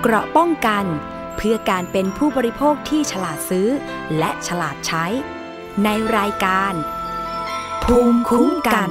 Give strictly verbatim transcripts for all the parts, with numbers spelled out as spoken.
เกราะป้องกันเพื่อการเป็นผู้บริโภคที่ฉลาดซื้อและฉลาดใช้ในรายการภูมิคุ้มกัน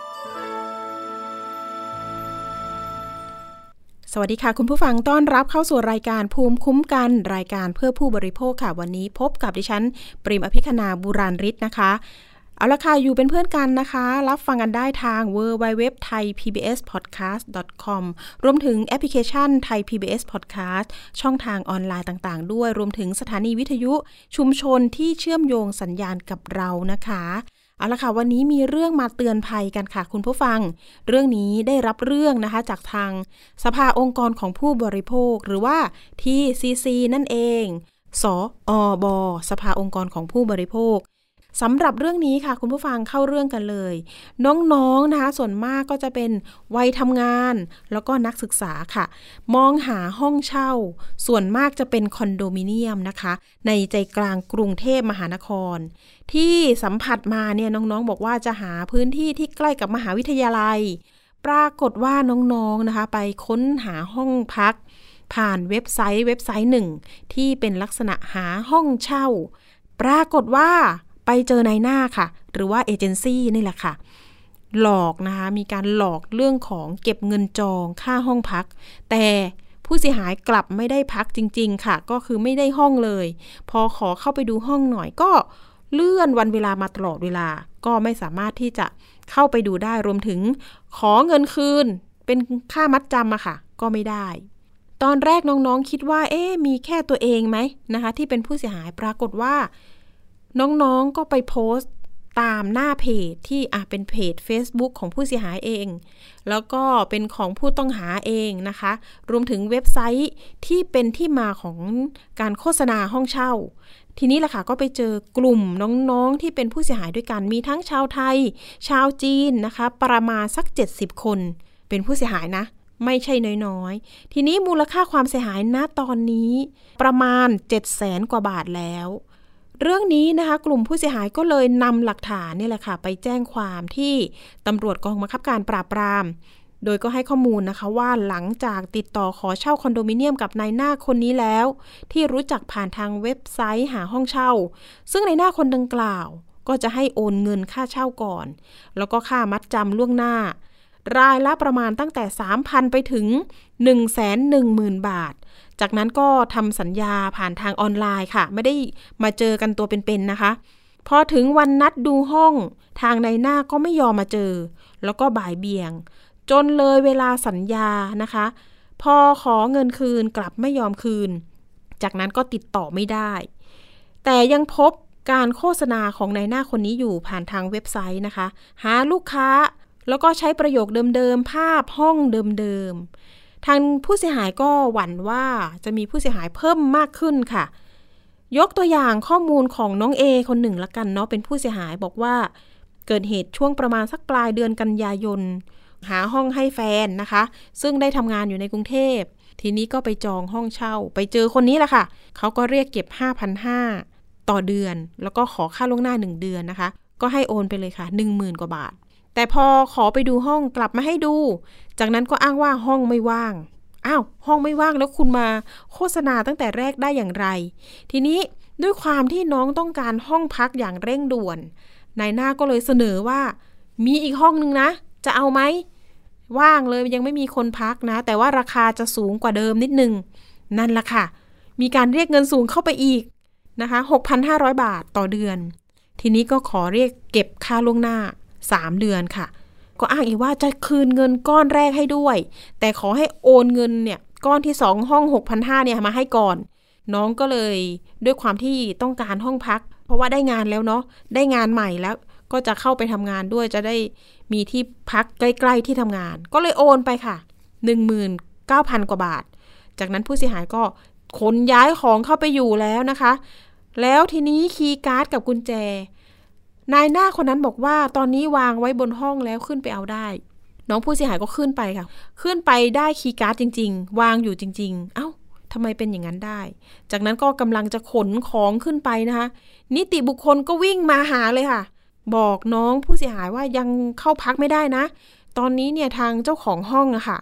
สวัสดีค่ะคุณผู้ฟังต้อนรับเข้าสู่รายการภูมิคุ้มกันรายการเพื่อผู้บริโภคค่ะวันนี้พบกับดิฉันปริมอภิคณาบุราริศนะคะเอาละค่ะอยู่เป็นเพื่อนกันนะคะรับฟังกันได้ทาง ดับเบิลยู ดับเบิลยู ดับเบิลยู ดอท ไทย พี บี เอส พอดแคสต์ ดอท คอม รวมถึงแอปพลิเคชัน Thai พี บี เอส Podcast ช่องทางออนไลน์ต่างๆด้วยรวมถึงสถานีวิทยุชุมชนที่เชื่อมโยงสัญญาณกับเรานะคะเอาละค่ะวันนี้มีเรื่องมาเตือนภัยกันค่ะคุณผู้ฟังเรื่องนี้ได้รับเรื่องนะคะจากทางสภาองค์กรของผู้บริโภคหรือว่า ที ซี ซี นั่นเองสอ บ สภาองค์กรของผู้บริโภคสำหรับเรื่องนี้ค่ะคุณผู้ฟังเข้าเรื่องกันเลยน้องๆนะคะส่วนมากก็จะเป็นวัยทำงานแล้วก็นักศึกษาค่ะมองหาห้องเช่าส่วนมากจะเป็นคอนโดมิเนียมนะคะในใจกลางกรุงเทพมหานครที่สัมผัสมาเนี่ยน้องๆบอกว่าจะหาพื้นที่ที่ใกล้กับมหาวิทยาลัยปรากฏว่าน้องๆนะคะไปค้นหาห้องพักผ่านเว็บไซต์เว็บไซต์หนึ่งที่เป็นลักษณะหาห้องเช่าปรากฏว่าไปเจอนายหน้าค่ะหรือว่าเอเจนซี่นี่แหละค่ะหลอกนะคะมีการหลอกเรื่องของเก็บเงินจองค่าห้องพักแต่ผู้เสียหายกลับไม่ได้พักจริงๆค่ะก็คือไม่ได้ห้องเลยพอขอเข้าไปดูห้องหน่อยก็เลื่อนวันเวลามาตลอดเวลาก็ไม่สามารถที่จะเข้าไปดูได้รวมถึงขอเงินคืนเป็นค่ามัดจำอะค่ะก็ไม่ได้ตอนแรกน้องๆคิดว่าเอ๊ะมีแค่ตัวเองไหมนะคะที่เป็นผู้เสียหายปรากฏว่าน้องๆก็ไปโพสต์ตามหน้าเพจที่อ่ะเป็นเพจ Facebook ของผู้เสียหายเองแล้วก็เป็นของผู้ต้องหาเองนะคะรวมถึงเว็บไซต์ที่เป็นที่มาของการโฆษณาห้องเช่าทีนี้ล่ะค่ะก็ไปเจอกลุ่มน้องๆที่เป็นผู้เสียหายด้วยกันมีทั้งชาวไทยชาวจีนนะคะประมาณสักเจ็ดสิบคนเป็นผู้เสียหายนะไม่ใช่น้อยๆทีนี้มูลค่าความเสียหายณตอนนี้ประมาณ เจ็ดแสน กว่าบาทแล้วเรื่องนี้นะคะกลุ่มผู้เสียหายก็เลยนำหลักฐานนี่แหละค่ะไปแจ้งความที่ตำรวจกองบังคับการปราบปรามโดยก็ให้ข้อมูลนะคะว่าหลังจากติดต่อขอเช่าคอนโดมิเนียมกับนายหน้าคนนี้แล้วที่รู้จักผ่านทางเว็บไซต์หาห้องเช่าซึ่งนายหน้าคนดังกล่าวก็จะให้โอนเงินค่าเช่าก่อนแล้วก็ค่ามัดจำล่วงหน้ารายละประมาณตั้งแต่ สามพัน ไปถึง หนึ่งแสนหนึ่งหมื่น บาทจากนั้นก็ทำสัญญาผ่านทางออนไลน์ค่ะไม่ได้มาเจอกันตัวเป็นๆนะคะพอถึงวันนัดดูห้องทางนายหน้าก็ไม่ยอมมาเจอแล้วก็บ่ายเบี่ยงจนเลยเวลาสัญญานะคะพอขอเงินคืนกลับไม่ยอมคืนจากนั้นก็ติดต่อไม่ได้แต่ยังพบการโฆษณาของนายหน้าคนนี้อยู่ผ่านทางเว็บไซต์นะคะหาลูกค้าแล้วก็ใช้ประโยคเดิมๆภาพห้องเดิมๆทางผู้เสียหายก็หวั่นว่าจะมีผู้เสียหายเพิ่มมากขึ้นค่ะยกตัวอย่างข้อมูลของน้องเอคนหนึ่งละกันเนาะเป็นผู้เสียหายบอกว่าเกิดเหตุช่วงประมาณสักปลายเดือนกันยายนหาห้องให้แฟนนะคะซึ่งได้ทำงานอยู่ในกรุงเทพทีนี้ก็ไปจองห้องเช่าไปเจอคนนี้แหละค่ะเขาก็เรียกเก็บ ห้าพันห้าร้อย ต่อเดือนแล้วก็ขอค่าล่วงหน้าหนึ่งเดือนนะคะก็ให้โอนไปเลยค่ะ หนึ่งหมื่น กว่าบาทแต่พอขอไปดูห้องกลับมาให้ดูจากนั้นก็อ้างว่าห้องไม่ว่างอ้าวห้องไม่ว่างแล้วคุณมาโฆษณาตั้งแต่แรกได้อย่างไรทีนี้ด้วยความที่น้องต้องการห้องพักอย่างเร่งด่วนนายหน้าก็เลยเสนอว่ามีอีกห้องนึงนะจะเอาไหมว่างเลยยังไม่มีคนพักนะแต่ว่าราคาจะสูงกว่าเดิมนิดนึงนั่นล่ะค่ะมีการเรียกเงินสูงเข้าไปอีกนะคะ หกพันห้าร้อย บาทต่อเดือนทีนี้ก็ขอเรียกเก็บค่าล่วงหน้าสามเดือนค่ะก็อ้างอีกว่าจะคืนเงินก้อนแรกให้ด้วยแต่ขอให้โอนเงินเนี่ยก้อนที่สองห้อง หกพันห้าร้อย เนี่ยมาให้ก่อนน้องก็เลยด้วยความที่ต้องการห้องพักเพราะว่าได้งานแล้วเนาะได้งานใหม่แล้วก็จะเข้าไปทำงานด้วยจะได้มีที่พักใกล้ๆที่ทำงานก็เลยโอนไปค่ะ หนึ่งหมื่นเก้าพัน กว่าบาทจากนั้นผู้เสียหายก็ขนย้ายของเข้าไปอยู่แล้วนะคะแล้วทีนี้คีย์การ์ดกับกุญแจนายหน้าคนนั้นบอกว่าตอนนี้วางไว้บนห้องแล้วขึ้นไปเอาได้น้องผู้เสียหายก็ขึ้นไปค่ะขึ้นไปได้คีย์การ์ดจริงๆวางอยู่จริงๆเอ้าทำไมเป็นอย่างนั้นได้จากนั้นก็กำลังจะขนของขึ้นไปนะคะนิติบุคคลก็วิ่งมาหาเลยค่ะบอกน้องผู้เสียหายว่ายังเข้าพักไม่ได้นะตอนนี้เนี่ยทางเจ้าของห้องอะค่ะ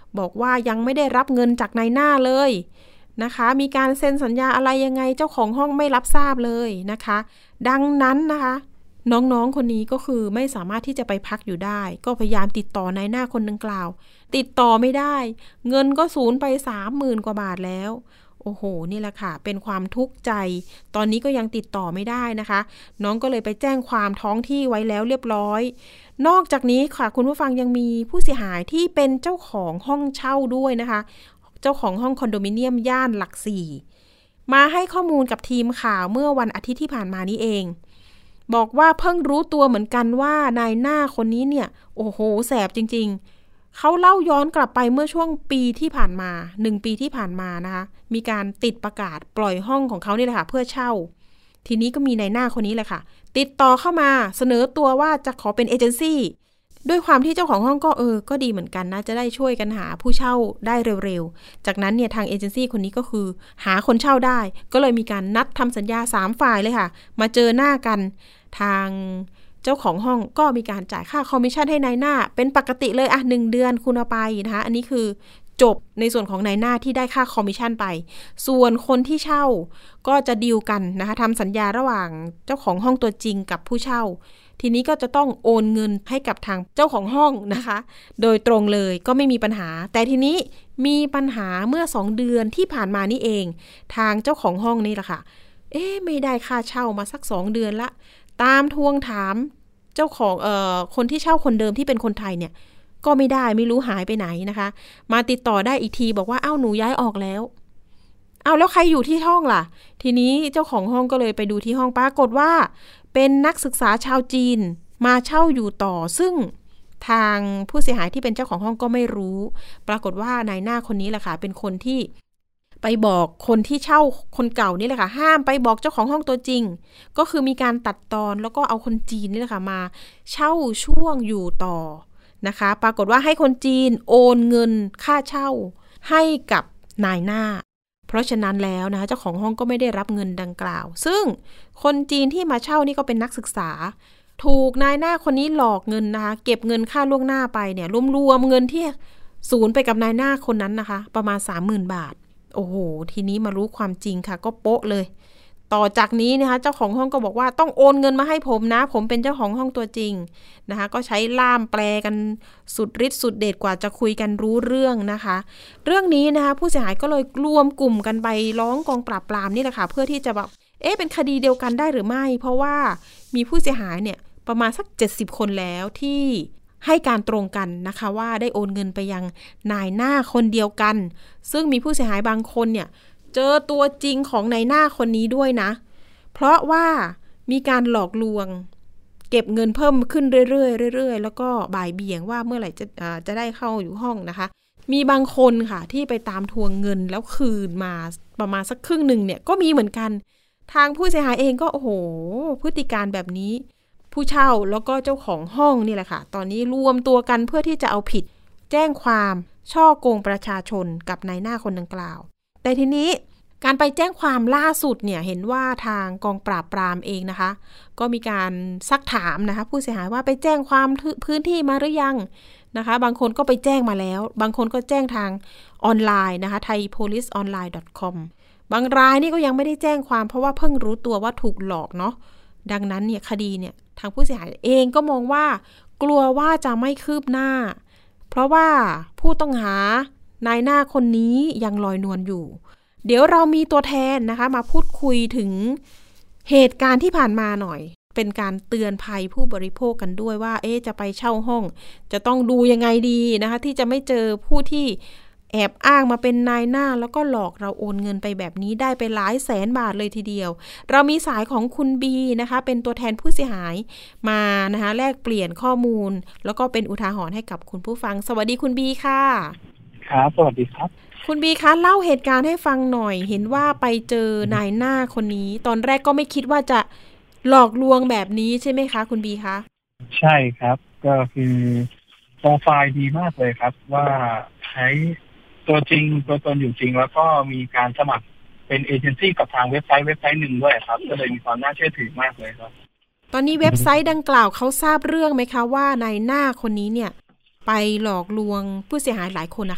บอกว่ายังไม่ได้รับเงินจากนายหน้าเลยนะคะมีการเซ็นสัญญาอะไรยังไงเจ้าของห้องไม่รับทราบเลยนะคะดังนั้นนะคะน้องๆคนนี้ก็คือไม่สามารถที่จะไปพักอยู่ได้ก็พยายามติดต่อนายหน้าคนดังกล่าวติดต่อไม่ได้เงินก็สูญไป สามหมื่น กว่าบาทแล้วโอ้โหนี่แหละค่ะเป็นความทุกข์ใจตอนนี้ก็ยังติดต่อไม่ได้นะคะน้องก็เลยไปแจ้งความท้องที่ไว้แล้วเรียบร้อยนอกจากนี้ค่ะคุณผู้ฟังยังมีผู้เสียหายที่เป็นเจ้าของห้องเช่าด้วยนะคะเจ้าของห้องคอนโดมิเนียมย่านหลักสี่มาให้ข้อมูลกับทีมข่าวเมื่อวันอาทิตย์ที่ผ่านมานี้เองบอกว่าเพิ่งรู้ตัวเหมือนกันว่านายหน้าคนนี้เนี่ยโอ้โหแสบจริงๆเขาเล่าย้อนกลับไปเมื่อช่วงปีที่ผ่านมาหนึ่งปีที่ผ่านมานะคะมีการติดประกาศปล่อยห้องของเขานี่แหละค่ะเพื่อเช่าทีนี้ก็มีนายหน้าคนนี้แหละค่ะติดต่อเข้ามาเสนอตัวว่าจะขอเป็นเอเจนซี่ด้วยความที่เจ้าของห้องก็เออก็ดีเหมือนกันนะจะได้ช่วยกันหาผู้เช่าได้เร็วๆจากนั้นเนี่ยทางเอเจนซี่คนนี้ก็คือหาคนเช่าได้ก็เลยมีการนัดทำสัญญาสามฝ่ายเลยค่ะมาเจอหน้ากันทางเจ้าของห้องก็มีการจ่ายค่าคอมมิชชั่นให้นายหน้าเป็นปกติเลยอ่ะหนึ่งเดือนคุณเอาไปนะคะอันนี้คือจบในส่วนของนายหน้าที่ได้ค่าคอมมิชชั่นไปส่วนคนที่เช่าก็จะดีลกันนะคะทำสัญญาระหว่างเจ้าของห้องตัวจริงกับผู้เช่าทีนี้ก็จะต้องโอนเงินให้กับทางเจ้าของห้องนะคะโดยตรงเลยก็ไม่มีปัญหาแต่ทีนี้มีปัญหาเมื่อสองเดือนที่ผ่านมานี่เองทางเจ้าของห้องนี่แหละค่ะเอ๊ะไม่ได้ค่าเช่ามาสักสองเดือนละตามทวงถามเจ้าของเอ่อคนที่เช่าคนเดิมที่เป็นคนไทยเนี่ยก็ไม่ได้ไม่รู้หายไปไหนนะคะมาติดต่อได้อีกทีบอกว่าอ้าวหนูย้ายออกแล้วอ้าวแล้วใครอยู่ที่ห้องล่ะทีนี้เจ้าของห้องก็เลยไปดูที่ห้องปรากฏว่าเป็นนักศึกษาชาวจีนมาเช่าอยู่ต่อซึ่งทางผู้เสียหายที่เป็นเจ้าของห้องก็ไม่รู้ปรากฏว่านายหน้าคนนี้แหละค่ะเป็นคนที่ไปบอกคนที่เช่าคนเก่านี่แหละค่ะห้ามไปบอกเจ้าของห้องตัวจริงก็คือมีการตัดตอนแล้วก็เอาคนจีนนี่แหละค่ะมาเช่าช่วงอยู่ต่อนะคะปรากฏว่าให้คนจีนโอนเงินค่าเช่าให้กับนายหน้าเพราะฉะนั้นแล้วนะคะเจ้าของห้องก็ไม่ได้รับเงินดังกล่าวซึ่งคนจีนที่มาเช่านี่ก็เป็นนักศึกษาถูกนายหน้าคนนี้หลอกเงินนะคะเก็บเงินค่าล่วงหน้าไปเนี่ยรวมๆเงินที่สูญไปกับนายหน้าคนนั้นนะคะประมาณ สามหมื่น บาทโอ้โหทีนี้มารู้ความจริงค่ะก็โป๊ะเลยต่อจากนี้นะคะเจ้าของห้องก็บอกว่าต้องโอนเงินมาให้ผมนะผมเป็นเจ้าของห้องตัวจริงนะคะก็ใช้ล่ามแปลกันสุดฤทธิ์สุดเดชกว่าจะคุยกันรู้เรื่องนะคะเรื่องนี้นะคะผู้เสียหายก็เลยรวมกลุ่มกันไปร้องกองปราบปรามนี่แหละค่ะเพื่อที่จะแบบเอ๊ะเป็นคดีเดียวกันได้หรือไม่เพราะว่ามีผู้เสียหายเนี่ยประมาณสักเจ็ดสิบคนแล้วที่ให้การตรงกันนะคะว่าได้โอนเงินไปยังนายหน้าคนเดียวกันซึ่งมีผู้เสียหายบางคนเนี่ยเจอตัวจริงของนายหน้าคนนี้ด้วยนะเพราะว่ามีการหลอกลวงเก็บเงินเพิ่มขึ้นเรื่อยๆเรื่อยๆแล้วก็บ่ายเบี่ยงว่าเมื่อไหร่จะอ่าจะได้เข้าอยู่ห้องนะคะมีบางคนค่ะที่ไปตามทวงเงินแล้วคืนมาประมาณสักครึ่งหนึ่งเนี่ยก็มีเหมือนกันทางผู้เสียหายเองก็โอ้โหพฤติการแบบนี้ผู้เช่าแล้วก็เจ้าของห้องนี่แหละค่ะตอนนี้รวมตัวกันเพื่อที่จะเอาผิดแจ้งความฉ้อโกงประชาชนกับนายหน้าคนดังกล่าวแต่ทีนี้การไปแจ้งความล่าสุดเนี่ยเห็นว่าทางกองปราบปรามเองนะคะก็มีการซักถามนะคะผู้เสียหายว่าไปแจ้งความพื้นที่มาหรือยังนะคะบางคนก็ไปแจ้งมาแล้วบางคนก็แจ้งทางออนไลน์นะคะ ไทยโพลิสออนไลน์ ดอท คอม บางรายนี่ก็ยังไม่ได้แจ้งความเพราะว่าเพิ่งรู้ตัวว่าถูกหลอกเนาะดังนั้นเนี่ยคดีเนี่ยทางผู้เสียหายเองก็มองว่ากลัวว่าจะไม่คืบหน้าเพราะว่าผู้ต้องหานายหน้าคนนี้ยังลอยนวลอยู่เดี๋ยวเรามีตัวแทนนะคะมาพูดคุยถึงเหตุการณ์ที่ผ่านมาหน่อยเป็นการเตือนภัยผู้บริโภคกันด้วยว่าเอ๊ะจะไปเช่าห้องจะต้องดูยังไงดีนะคะที่จะไม่เจอผู้ที่แอบอ้างมาเป็นนายหน้าแล้วก็หลอกเราโอนเงินไปแบบนี้ได้ไปหลายแสนบาทเลยทีเดียวเรามีสายของคุณบีนะคะเป็นตัวแทนผู้เสียหายมานะคะแลกเปลี่ยนข้อมูลแล้วก็เป็นอุทาหรณ์ให้กับคุณผู้ฟังสวัสดีคุณบีค่ะครับสวัสดีครับคุณบีคะเล่าเหตุการณ์ให้ฟังหน่อยเห็นว่าไปเจอนายหน้าคนนี้ตอนแรกก็ไม่คิดว่าจะหลอกลวงแบบนี้ใช่ไหมคะคุณบีคะใช่ครับก็คือโปรไฟล์ดีมากเลยครับว่าใช้ตัวจริงตัวตนอยู่จริงแล้วก็มีการสมัครเป็นเอเจนซี่กับทางเว็บไซต์เว็บไซต์หนึ่งด้วยครับก็เลยมีความน่าเชื่อถือมากเลยครับตอนนี้เว็บไซต์ดังกล่าวเขาทราบเรื่องไหมคะว่านายหน้าคนนี้เนี่ยไปหลอกลวงผู้เสียหายหลายคนนะคะ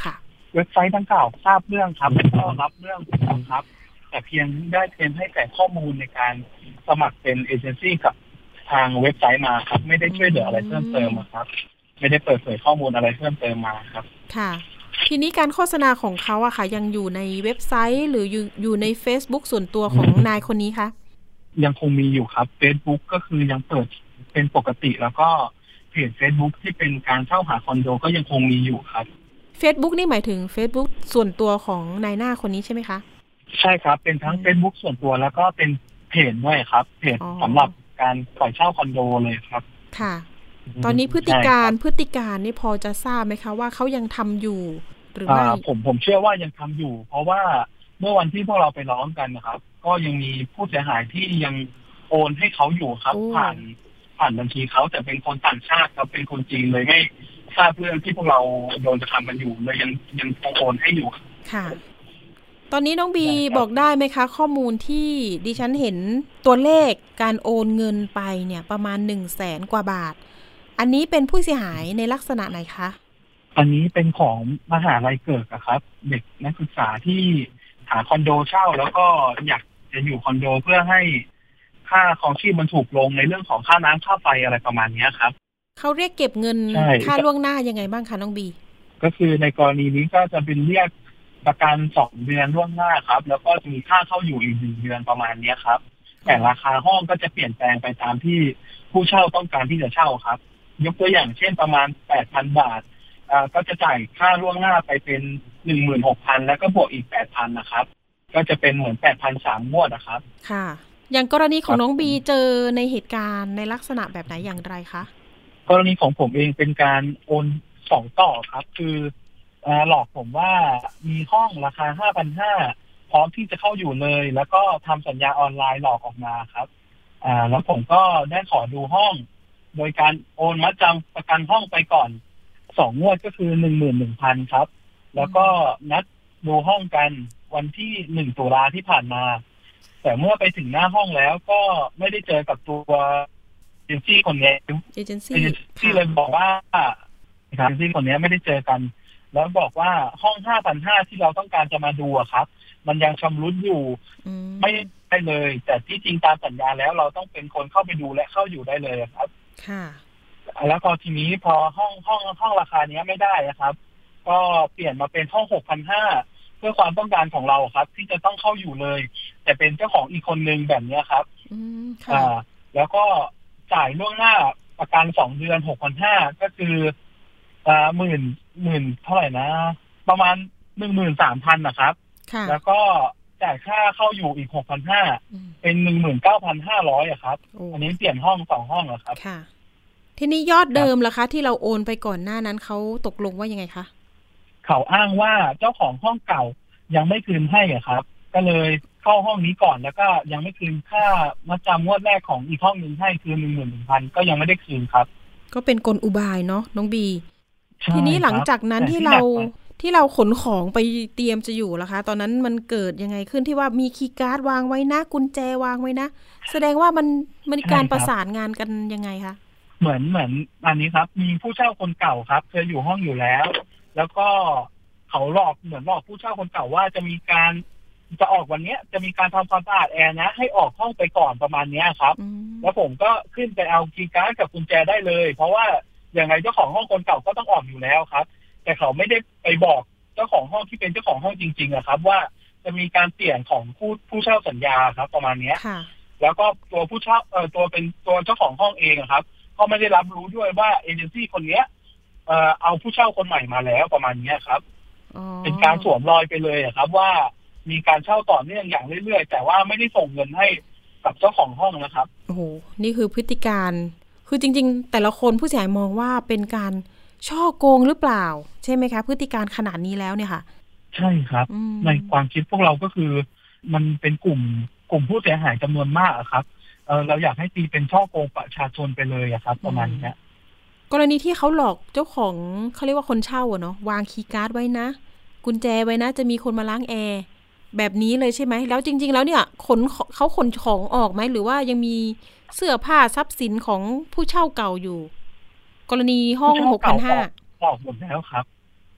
เว็บไซต์ดังกล่าวทราบเรื่องครับก็รับเรื่องครับแต่เพียงได้เพียงให้แต่ข้อมูลในการสมัครเป็นเอเจนซี่กับทางเว็บไซต์มาครับไม่ได้ช่วยเหลืออะไรเพิ่มเติมครับไม่ได้เปิดเผยข้อมูลอะไรเพิ่มเติมมาครับค่ะทีนี้การโฆษณาของเขาอะค่ะยังอยู่ในเว็บไซต์หรืออยู่อยู่ใน Facebook ส่วนตัวของนายคนนี้คะยังคงมีอยู่ครับ Facebook ก็คือยังเปิดเป็นปกติแล้วก็เพจ Facebook ที่เป็นการเช่าหาคอนโดก็ยังคงมีอยู่ครับ Facebook นี่หมายถึง Facebook ส่วนตัวของนายหน้าคนนี้ใช่ไหมคะใช่ครับเป็นทั้ง Facebook ส่วนตัวแล้วก็เป็นเพจด้วยครับเพจสำหรับการปล่อยเช่าคอนโดเลยครับค่ะตอนนี้พฤติการพฤติการนี่พอจะทราบไหมคะว่าเขายังทำอยู่หรือไม่ผมผมเชื่อว่ายังทำอยู่เพราะว่าเมื่อวันที่พวกเราไปร้องกันนะครับก็ยังมีผู้เสียหายที่ยังโอนให้เขาอยู่ครับผ่านผ่านบัญชีเขาแต่เป็นคนต่างชาติครับเป็นคนจีนเลยไม่ทราบเรื่องที่พวกเราโดนจะทำกันอยู่เลยยังยังโอนให้อยู่ค่ะตอนนี้น้องบีบอกได้ไหมคะข้อมูลที่ดิฉันเห็นตัวเลขการโอนเงินไปเนี่ยประมาณหนึ่งแสนกว่าบาทอันนี้เป็นผู้เสียหายในลักษณะไหนคะอันนี้เป็นของมหาลัยเกิดอะครับเด็กนักศึกษาที่หาคอนโดเช่าแล้วก็อยากจะอยู่คอนโดเพื่อให้ค่าครองชีพมันถูกลงในเรื่องของค่าน้ำค่าไฟอะไรประมาณนี้ครับเขาเรียกเก็บเงินค่าล่วงหน้ายังไงบ้างคะน้องบีก็คือในกรณีนี้ก็จะเป็นเรียกประกันสองเดือนล่วงหน้าครับแล้วก็จะมีค่าเข้าอยู่อีกหนึ่งเดือนประมาณนี้ครับแต่ราคาห้องก็จะเปลี่ยนแปลงไปตามที่ผู้เช่าต้องการที่จะเช่าครับยกตัวอย่างเช่นประมาณ แปดพัน บาทอ่าก็จะจ่ายค่าล่วงหน้าไปเป็น หนึ่งหมื่นหกพัน แล้วก็บวกอีก แปดพัน นะครับก็จะเป็นเหมือน แปดพันสาม งวดนะครับค่ะอย่างกรณีของน้องบีเจอในเหตุการณ์ในลักษณะแบบไหนอย่างไรคะกรณีของผมเองเป็นการโอนสองต่อครับคือหลอกผมว่ามีห้องราคา ห้าพันห้าร้อย พร้อมที่จะเข้าอยู่เลยแล้วก็ทำสัญญาออนไลน์หลอกออกมาครับอ่าแล้วผมก็ได้ขอดูห้องโดยการโอนมัดจำประกันห้องไปก่อนสองงวดก็คือ หนึ่งหมื่นหนึ่งพัน ครับแล้วก็นัดดูห้องกันวันที่หนึ่งตุลาที่ผ่านมาแต่เมื่อไปถึงหน้าห้องแล้วก็ไม่ได้เจอกับตัวเอเจนซี่คนนี้เอเจนซี่ที่เลยบอกว่าเอเจนซี่คนนี้ไม่ได้เจอกันแล้วบอกว่าห้อง ห้าพันห้าร้อย ที่เราต้องการจะมาดูครับมันยังชำรุดอยู่ไม่ได้เลยแต่ที่จริงตามสัญญาแล้วเราต้องเป็นคนเข้าไปดูและเข้าอยู่ได้เลยครับค่ะแล้วพอทีนี้พอห้องห้องห้องราคานี้ไม่ได้นะครับก็เปลี่ยนมาเป็นห้อง หกพันห้าร้อย เพื่อความต้องการของเราครับที่จะต้องเข้าอยู่เลยแต่เป็นเจ้าของอีกคนนึงแบบนี้ครับอืมค่ะอ่าแล้วก็จ่ายล่วงหน้าประกันสองเดือน หกพันห้าร้อย ก็คืออ่าหมื่นหมื่นเท่าไหร่นะประมาณ หนึ่งหมื่นสามพัน นะครับแล้วก็จ่ายค่าเข้าอยู่อีก หกพันห้าร้อย เป็น หนึ่งหมื่นเก้าพันห้าร้อย อ่ะครับอันนี้เปลี่ยนห้องสองห้องอะครับค่ะทีนี้ยอดเดิมล่ะคะที่เราโอนไปก่อนหน้านั้นเขาตกลงว่ายังไงคะเขาอ้างว่าเจ้าของห้องเก่ายังไม่คืนให้อ่ะครับก็เลยเข้าห้องนี้ก่อนแล้วก็ยังไม่คืนค่ามัดจำงวดแรกของอีกห้องนึงให้คือ หนึ่งหมื่นหนึ่งพัน ก็ยังไม่ได้คืนครับก็เป็นกลอุบายเนาะน้องบีทีนี้หลังจากนั้นที่เราที่เราขนของไปเตรียมจะอยู่ล่ะคะตอนนั้นมันเกิดยังไงขึ้นที่ว่ามีคีย์การ์ดวางไว้นะกุญแจวางไว้นะแสดงว่ามันมันการประสานงานกันยังไงคะเหมือนเหมือนอันนี้ครับมีผู้เช่าคนเก่าครับเคยอยู่ห้องอยู่แล้วแล้วก็เขาหลอกเหมือนหลอกผู้เช่าคนเก่าว่าจะมีการจะออกวันนี้จะมีการทำความสะอาดแอร์นะให้ออกห้องไปก่อนประมาณนี้ครับแล้วผมก็ขึ้นไปเอาคีย์การ์ดกับกุญแจได้เลยเพราะว่าอย่างไรเจ้าของห้องคนเก่าก็ต้องออกอยู่แล้วครับแต่เขาไม่ได้ไปบอกเจ้าของห้องที่เป็นเจ้าของห้องจริงๆอะครับว่าจะมีการเปลี่ยนของผู้ผู้เช่าสัญญาครับประมาณนี้แล้วก็ตัวผู้เช่าเอ่อตัวเป็นตัวเจ้าของห้องเองครับก็ไม่ได้รับรู้ด้วยว่าเอเจนซี่คนนี้เอ่อเอาผู้เช่าคนใหม่มาแล้วประมาณนี้ครับเป็นการสวมรอยไปเลยครับว่ามีการเช่าต่อเนื่องอย่างเรื่อยๆแต่ว่าไม่ได้ส่งเงินให้กับเจ้าของห้องนะครับโอ้โหนี่คือพฤติการคือจริงๆแต่ละคนผู้เสียหายมองว่าเป็นการช่อโกงหรือเปล่าใช่ไหมคะพฤติการขนาดนี้แล้วเนี่ยค่ะใช่ครับในความคิดพวกเราก็คือมันเป็นกลุ่มกลุ่มผู้เสียหายจำนวนมากครับเออเราอยากให้ตีเป็นช่อโกงประชาชนไปเลยอะครับประมาณนี้กรณีที่เขาหลอกเจ้าของเขาเรียกว่าคนเช่าอะเนาะวางคีย์การ์ดไว้นะกุญแจไว้นะจะมีคนมาล้างแอร์แบบนี้เลยใช่ไหมแล้วจริงๆแล้วเนี่ยขนเขาขนของออกไหมหรือว่ายังมีเสื้อผ้าทรัพย์สินของผู้เช่าเก่าอยู่กรณีห้อง หกพันห้าร้อยออกหมดแล้วครับ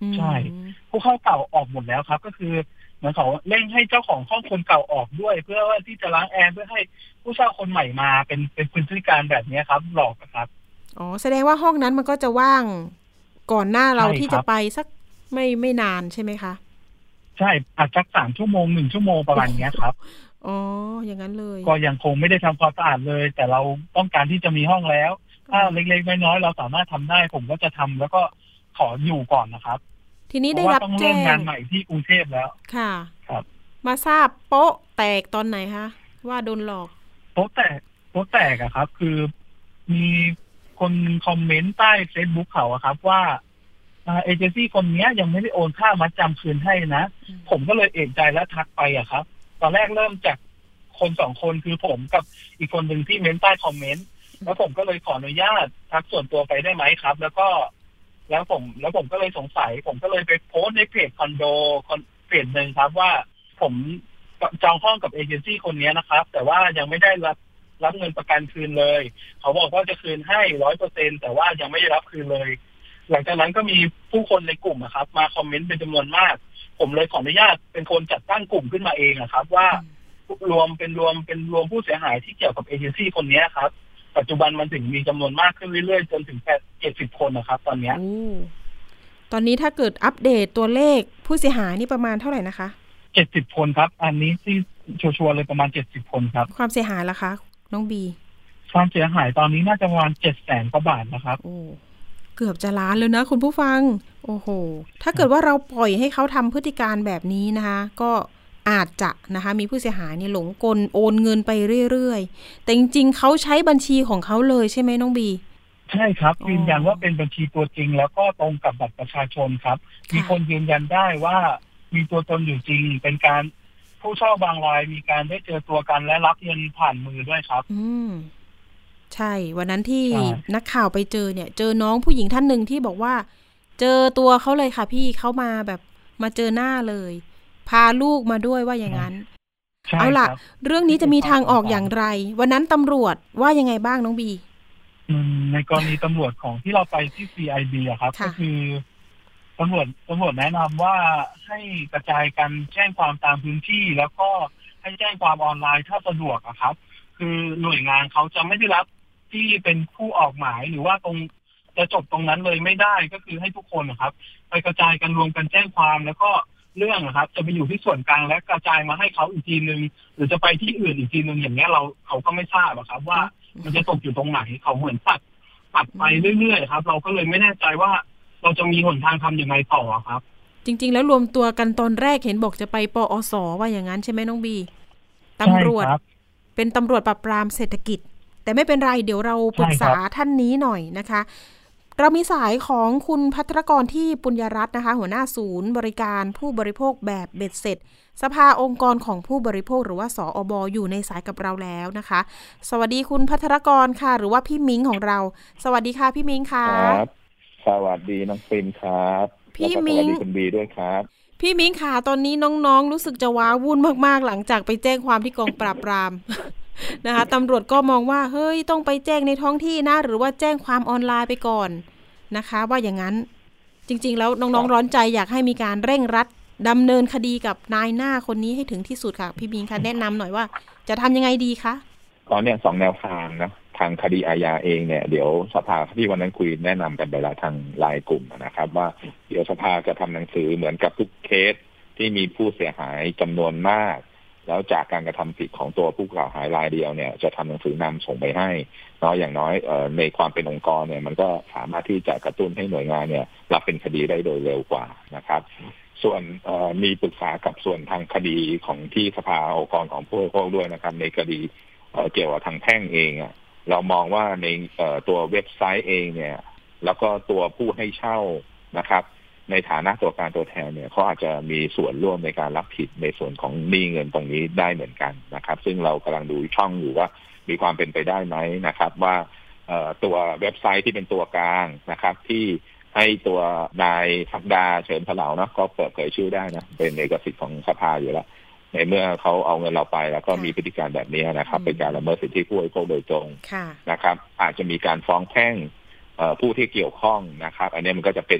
ใช่ผู้เข้าเก่าออกหมดแล้วครับก็คือเหมือนเขาเร่งให้เจ้าของห้องคนเก่าออกด้วยเพื่อว่าที่จะล้างแอร์เพื่อให้ผู้เช่าคนใหม่มาเป็นเป็นพฤติการแบบนี้ครับหลอกครับอ๋อแสดงว่าห้องนั้นมันก็จะว่างก่อนหน้าเราที่จะไปสักไม่ไม่นานใช่ไหมคะใช่อาจจะสามชั่วโมงหนึ่งชั่วโมงประมาณนี้ครับอ๋ออย่างนั้นเลยก็ยังคงไม่ได้ทำความสะอาดเลยแต่เราต้องการที่จะมีห้องแล้วถ้าเล็กๆน้อยๆเราสามารถทำได้ผมก็จะทำแล้วก็ขออยู่ก่อนนะครับทีนี้ได้รับแจ้งงานใหม่ที่กรุงเทพแล้วค่ะครับมาทราบโป๊ะแตกตอนไหนคะว่าโดนหลอกโป๊ะแตกโป๊ะแตกอะครับคือมีคนคอมเมนต์ใต้ Facebook เขาอะครับว่าเอเจนซี่คนนี้ยังไม่ได้โอนค่ามัดจำคืนให้นะผมก็เลยเอกใจและทักไปอะครับตอนแรกเริ่มจากคนสองคนคือผมกับอีกคนหนึ่งที่เมนต์ใต้คอมเมนต์แล้วผมก็เลยขออนุญาตทักส่วนตัวไปได้ไหมครับแล้วก็แล้วผมแล้วผมก็เลยสงสัยผมก็เลยไปโพสในเพจคอนโดเพจหนึ่งครับว่าผมจองห้องกับเอเจนซี่คนนี้นะครับแต่ว่ายังไม่ได้รับรับเงินประกันคืนเลยเขาบอกว่าจะคืนให้ ร้อยเปอร์เซ็นต์ แต่ว่ายังไม่ได้รับคืนเลยหลังจากนั้นก็มีผู้คนในกลุ่มครับมาคอมเมนต์เป็นจำนวนมากผมเลยขออนุญาตเป็นคนจัดตั้งกลุ่มขึ้นมาเองครับว่ารวมเป็นรวมเป็นรวมผู้เสียหายที่เกี่ยวกับเอเจนซี่คนนี้ครับปัจจุบันมันถึงมีจำนวนมากขึ้นเรื่อยๆจนถึงแปดเจ็ดสิบคนนะครับตอนนี้ตอนนี้ถ้าเกิดอัปเดตตัวเลขผู้เสียหายนี่ประมาณเท่าไหร่นะคะเจ็ดสิบคนครับอันนี้ที่ชัวร์ๆเลยประมาณเจ็ดสิบคนครับความเสียหายล่ะคะน้องบีความเสียหายตอนนี้น่าจะประมาณเจ็ดแสนกว่าบาทนะครับโอ้เกือบจะล้านเลยนะคุณผู้ฟังโอ้โหถ้าเกิดว่าเราปล่อยให้เขาทำพฤติการแบบนี้นะคะก็อาจจะนะคะมีผู้เสียหายเนี่ยหลงกลโอนเงินไปเรื่อยๆแต่จริงๆเขาใช้บัญชีของเขาเลยใช่ไหมน้องบีใช่ครับยืนยันว่าเป็นบัญชีตัวจริงแล้วก็ตรงกับบัตรประชาชนครับมีคนยืนยันได้ว่ามีตัวตนอยู่จริงเป็นการผู้เช่าบางรายมีการได้เจอตัวกันและรับเงินผ่านมือด้วยครับอืมใช่วันนั้นที่นักข่าวไปเจอเนี่ยเจอน้องผู้หญิงท่านหนึ่งที่บอกว่าเจอตัวเขาเลยค่ะพี่เขามาแบบมาเจอหน้าเลยพาลูกมาด้วยว่าอย่างนั้นเอาล่ะเรื่องนี้จะมีทางออกอย่างไรวันนั้นตำรวจว่ายังไงบ้างน้องบีในกรณีตำรวจของที่เราไปที่ ซี ไอ บี อะครับก็คือตำรวจตำรวจแนะนำว่าให้กระจายการแจ้งความตามพื้นที่แล้วก็ให้แจ้งความออนไลน์ถ้าสะดวกอะครับคือหน่วยงานเขาจะไม่ได้รับที่เป็นผู้ออกหมายหรือว่าตรงจะจบตรงนั้นเลยไม่ได้ก็คือให้ทุกคนนะครับไปกระจายกันรวมกันแจ้งความแล้วก็เรื่องนะครับจะไปอยู่ที่ส่วนกลางและกระจายมาให้เขาอีกทีนึงหรือจะไปที่อื่นอีกทีนึงอย่างนี้เราเขาก็ไม่ทราบครับว่ามันจะตกอยู่ตรงไหนเขาเหมือนตัดตัดไปเรื่อยๆครับเราก็เลยไม่แน่ใจว่าเราจะมีหนทางทำยังไงต่อครับจริงๆแล้วรวมตัวกันตอนแรกเห็นบอกจะไปปอสว่าอย่างนั้นใช่ไหมน้องบีตำรวจเป็นตำรวจปราบปรามเศรษฐกิจแต่ไม่เป็นไรเดี๋ยวเราปรึกษาท่านนี้หน่อยนะคะเรามีสายของคุณภัทรกรที่ปุญญรัตน์นะคะหัวหน้าศูนย์บริการผู้บริโภคแบบเบ็ดเสร็จสภาองค์กรของผู้บริโภคหรือว่าสอบ อยู่ในสายกับเราแล้วนะคะสวัสดีคุณภัทรกรค่ะหรือว่าพี่มิ้งของเราสวัสดีค่ะพี่มิ้งค่ะครับสวัสดีน้องปิ่นครับพี่มิ้งสวัสดีคุณบีด้วยครับพี่มิ้งค่ะตอนนี้น้องๆรู้สึกจะว้าวุ่นมากๆหลังจากไปแจ้งความที่กองปราบปรามนะคะตำรวจก็มองว่าเฮ้ยต้องไปแจ้งในท้องที่นะหรือว่าแจ้งความออนไลน์ไปก่อนนะคะว่าอย่างนั้นจริงๆแล้วน้องๆร้อนใจอยากให้มีการเร่งรัดดำเนินคดีกับนายหน้าคนนี้ให้ถึงที่สุดค่ะพี่บิงค่ะแนะนำหน่อยว่าจะทำยังไงดีคะตอนนี้สองแนวทางนะทางคดีอาญาเองเนี่ยเดี๋ยวสภาที่วันนั้นคุยแนะนำกันไปแล้วทางไลน์กลุ่มนะครับว่าเดี๋ยวสภาจะทำหนังสือเหมือนกับทุกเคสที่มีผู้เสียหายจำนวนมากแล้วจากการกระทำผิดของตัวผู้กล่าวหารายเดียวเนี่ยจะทำหนังสือนำส่งไปให้เนาะอย่างน้อยเอ่อในความเป็นองค์กรเนี่ยมันก็สามารถที่จะกระตุ้นให้หน่วยงานเนี่ยรับเป็นคดีได้โดยเร็วกว่านะครับส่วนมีปรึกษากับส่วนทางคดีของที่สภาองค์กรของผู้บริโภคด้วยนะครับในคดีเกี่ยวกับทางแพ่งเองอ่ะเรามองว่าในตัวเว็บไซต์เองเนี่ยแล้วก็ตัวผู้ให้เช่านะครับในฐานะตัวการตัวแทนเนี่ยเขาอาจจะมีส่วนร่วมในการรับผิดในส่วนของหนี้เงินตรงนี้ได้เหมือนกันนะครับซึ่งเรากำลังดูช่องอยู่ว่ามีความเป็นไปได้ไหมนะครับว่าตัวเว็บไซต์ที่เป็นตัวกลางนะครับที่ให้ตัวนายศักดาเฉินเถลาเนาะก็เปิดเผยชื่อได้นะเป็นเอกสิทธิ์ของสภาอยู่แล้วในเมื่อเขาเอาเงินเราไปแล้วก็มีพฤติการแบบนี้นะครับเป็นการละเมิดสิทธิผู้บริโภคโดยตรงนะครับอาจจะมีการฟ้องแพ่งผู้ที่เกี่ยวข้องนะครับอันนี้มันก็จะเป็น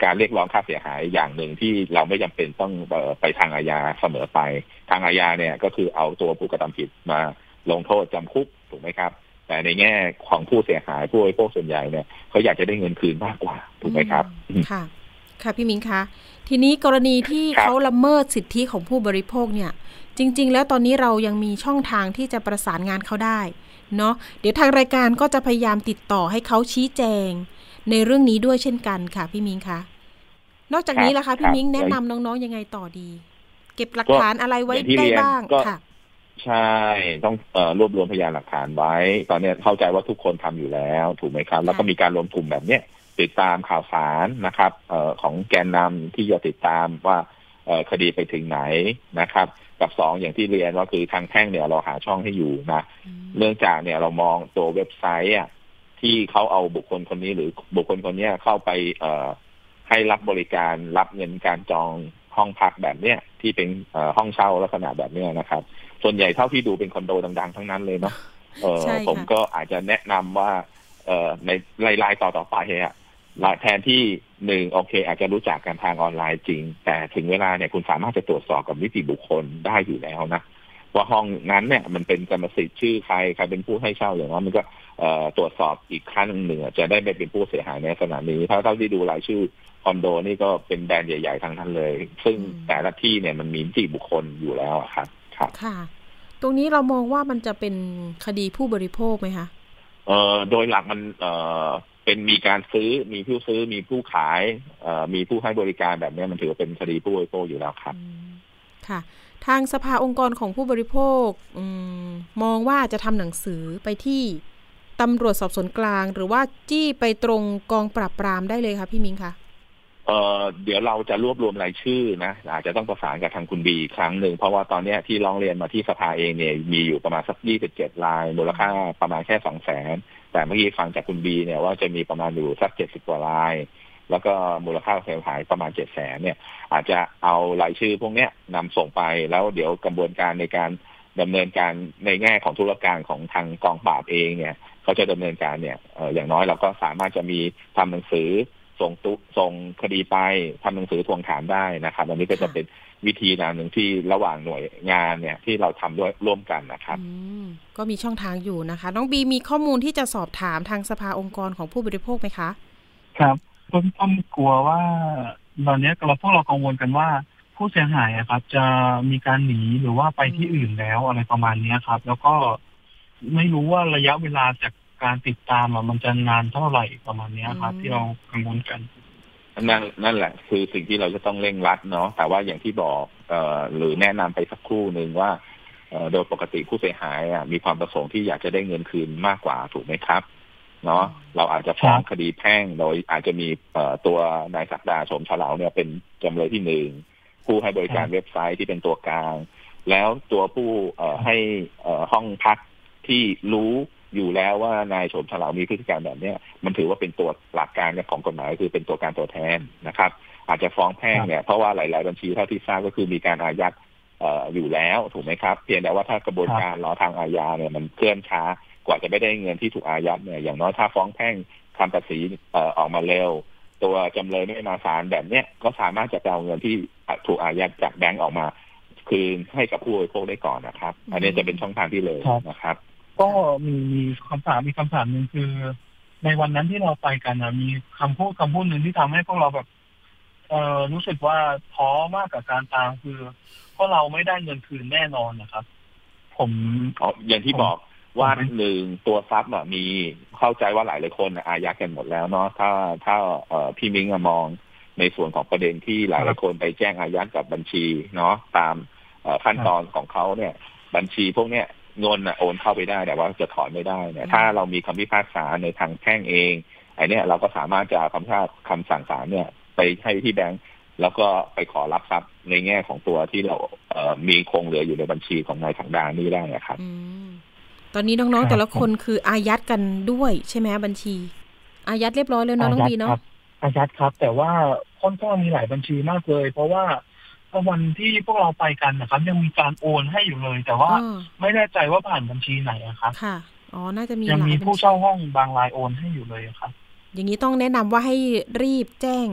การเรียกร้องค่าเสียหายอย่างหนึ่งที่เราไม่จำเป็นต้องไปทางอาญาเสมอไปทางอาญาเนี่ยก็คือเอาตัวผู้กระทำผิดมาลงโทษจำคุกถูกไหมครับแต่ในแง่ของผู้เสียหายผู้บริโภคส่วนใหญ่เนี่ยเขาอยากจะได้เงินคืนมากกว่าถูกไหมครับค่ะค่ะพี่มิ้งคะทีนี้กรณีที่เขาละเมิดสิทธิของผู้บริโภคเนี่ยจริงๆแล้วตอนนี้เรายังมีช่องทางที่จะประสานงานเขาได้เนาะเดี๋ยวทางรายการก็จะพยายามติดต่อให้เขาชี้แจงในเรื่องนี้ด้วยเช่นกันค่ะพี่มิ้งคะนอกจากนี้ล่ะคะพี่มิ้งแนะนำน้องๆยังไงต่อดีเก็บหลักฐานอะไรไว้ได้บ้างค่ะใช่ต้องเอ่อรวบรวมพยานหลักฐานไว้ตอนนี้เข้าใจว่าทุกคนทำอยู่แล้วถูกไหมครับแล้วก็มีการรวมกลุ่มแบบเนี้ยติดตามข่าวสารนะครับเอ่อของแกนนำที่จะติดตามว่าเอ่อคดีไปถึงไหนนะครับกับสองอย่างที่เรียนว่าคือทางแพ่งเนี่ยเราหาช่องให้อยู่นะเนื่องจากเนี่ยเรามองตัวเว็บไซต์อ่ะที่เขาเอาบุคคลคนนี้หรือบุคคลคนนี้เข้าไปเอ่อให้รับบริการรับเงินการจองห้องพักแบบเนี้ยที่เป็นเอ่อห้องเช่าลักษณะแบบเนี้ยนะครับส่วนใหญ่เท่าที่ดูเป็นคอนโดดังๆทั้งนั้นเลยเนาะเออผมก็อาจจะแนะนำว่าเอ่อในรายๆต่อๆไปอ่ะแทนที่หนึ่งโอเคอาจจะรู้จักกันทางออนไลน์จริงแต่ถึงเวลาเนี่ยคุณสามารถจะตรวจสอบกับนิติบุคคลได้อยู่แล้วนะว่าห้องนั้นเนี่ยมันเป็นกรรมสิทธิ์ชื่อใครใครเป็นผู้ให้เช่าอย่างว่ามันก็เอ่อตรวจสอบอีกขั้นหนึ่งจะได้ไม่เป็นผู้เสียหายในขณะนี้ถ้าเท่าที่ดูรายชื่อคอนโดนี่ก็เป็นแบรนด์ใหญ่ๆทั้งนั้นเลยซึ่งแต่ละที่เนี่ยมันมีนิติบุคคลอยู่แล้วครับครับค่ะตรงนี้เรามองว่ามันจะเป็นคดีผู้บริโภคไหมคะเอ่อโดยหลักมันเอ่อเป็นมีการซื้อมีผู้ซื้อมีผู้ขายเอ่อมีผู้ให้บริการแบบนี้มันถือว่าเป็นคดีผู้บริโภคอยู่แล้วครับค่ะทางสภาองค์กรของผู้บริโภคอืมมองว่าจะทำหนังสือไปที่ตำรวจสอบสวนกลางหรือว่าจี้ไปตรงกองปราบปรามได้เลยค่ะพี่มิ้งคะเอ่อเดี๋ยวเราจะรวบรวมรายชื่อนะอาจจะต้องประสานกับทางคุณบีครั้งหนึ่งเพราะว่าตอนนี้ที่ร้องเรียนมาที่สภาเองเนี่ยมีอยู่ประมาณสักยี่สิบเจ็ดรายมูลค่าประมาณแค่สองแสนแต่เมื่อกี้ฟังจากคุณบีเนี่ยว่าจะมีประมาณอยู่สักเจ็ดสิบกว่ารายแล้วก็มูลค่าเสียหายประมาณเจ็ดแสนเนี่ยอาจจะเอารายชื่อพวกเนี้ยนำส่งไปแล้วเดี๋ยวกระบวนการในการดำเนินการในแง่ของธุรการของทางกองปราบเองเนี่ยเขาจะดำเนินการเนี่ยเอ่ออย่างน้อยเราก็สามารถจะมีทำหนังสือส่งตุส่งคดีไปทำหนังสือทวงถามได้นะครับอันนี้ก็จะเป็นวิธีการหนึ่งที่ระหว่างหน่วยงานเนี่ยที่เราทำด้วยร่วมกันนะครับก็มีช่องทางอยู่นะคะน้องบีมีข้อมูลที่จะสอบถามทางสภาองค์กรของผู้บริโภคไหมคะครับต้นต้นกลัวว่าตอนนี้เราพวกเรากังวลกันว่าผู้เสียหายอะครับจะมีการหนีหรือว่าไปที่อื่นแล้วอะไรประมาณนี้ครับแล้วก็ไม่รู้ว่าระยะเวลาจากการติดตามอะมันจะนานเท่าไหร่ประมาณนี้ครับที่เรากังวลกันนั่นนั่นแหละคือสิ่งที่เราจะต้องเร่งรัดเนาะแต่ว่าอย่างที่บอกเอ่อหรือแนะนำไปสักครู่นึงว่าเอ่อโดยปกติผู้เสียหายอ่ะมีความประสงค์ที่อยากจะได้เงินคืนมากกว่าถูกไหมครับเนาะเราอาจจะฟ้องคดีแพ่งโดยอาจจะมีเอ่อตัวนายศักดาโฉมฉลาวเนี่ยเป็นจำเลยที่หนึ่งผู้ให้บริการเว็บไซต์ที่เป็นตัวกลางแล้วตัวผู้เอ่อให้เอ่อห้องพักที่รู้อยู่แล้วว่านายโฉมฉลาวมีพฤติการแบบนี้มันถือว่าเป็นตัวหลักการของกฎหมายคือเป็นตัวการตัวแทนนะครับอาจจะฟ้องแพ่งเนี่ยเพราะว่าหลายๆบัญชีเท่าที่ทราบก็คือมีการอายัดเอ่ออยู่แล้วถูกไหมครับเพียงแต่ว่าถ้ากระบวนการรอทางอาญาเนี่ยมันเคลื่อนช้ากว่าจะไม่ได้เงินที่ถูกอายัดเนี่ยอย่างน้อยถ้าฟ้องแพ่งคำตัดสินเอ่อออกมาเร็วตัวจำเลยไม่มาศาลแบบเนี้ยก็สามารถจะเอาเงินที่ถูกอายัดจากแบงก์ออกมาคืนให้กับผู้บริโภคได้ก่อนนะครับอันนี้จะเป็นช่องทางที่เลยนะครับก็มีมีคำถามมีคำถามหนึ่งคือในวันนั้นที่เราไปกันนะมีคำพูดคำพูดหนึ่งที่ทำให้พวกเราแบบเอ่อรู้สึกว่าท้อมากกับการตามคือเพราะเราไม่ได้เงินคืนแน่นอนนะครับผมอ๋ออย่างที่บอกว่าหนึ่งตัวทรัพย์อะมีเข้าใจว่าหลายหลายคนอายัดกันหมดแล้วเนาะถ้าถ้าเอ่อพี่มิ้งมองในส่วนของประเด็นที่หลายหลายคนไปแจ้งอายัดกับบัญชีเนาะตามขั้นตอนของเขาเนี่ยบัญชีพวกเนี้ยเงินโอนเข้าไปได้แต่ว่าจะถอนไม่ได้เนี่ยถ้าเรามีคำพิพากษาในทางแพ่งเองไอ้เนี่ยเราก็สามารถจะคำพิพากษาคำสั่งศาลเนี่ยไปให้ที่แบงก์แล้วก็ไปขอรับทรัพย์ในแง่ของตัวที่เราเอ่อมีคงเหลืออยู่ในบัญชีของนายถังดานี่ได้ครับตอนนี้น้องๆแต่ละคนคืออายัดกันด้วยใช่ไหมบัญชีอายัดเรียบร้อยแล้วเนาะน้องบีเนาะอายัดครับแต่ว่าค่อนข้างมีหลายบัญชีมากเลยเพราะว่าวันที่พวกเราไปกันนะครับยังมีการโอนให้อยู่เลยแต่ว่าไม่แน่ใจว่าผ่านบัญชีไหนครับค่ะอ๋อน่าจะมียังมีผู้เช่าห้องบางรายโอนให้อยู่เลยครับอย่างนี้ต้องแนะนำว่าให้รีบแจ้ง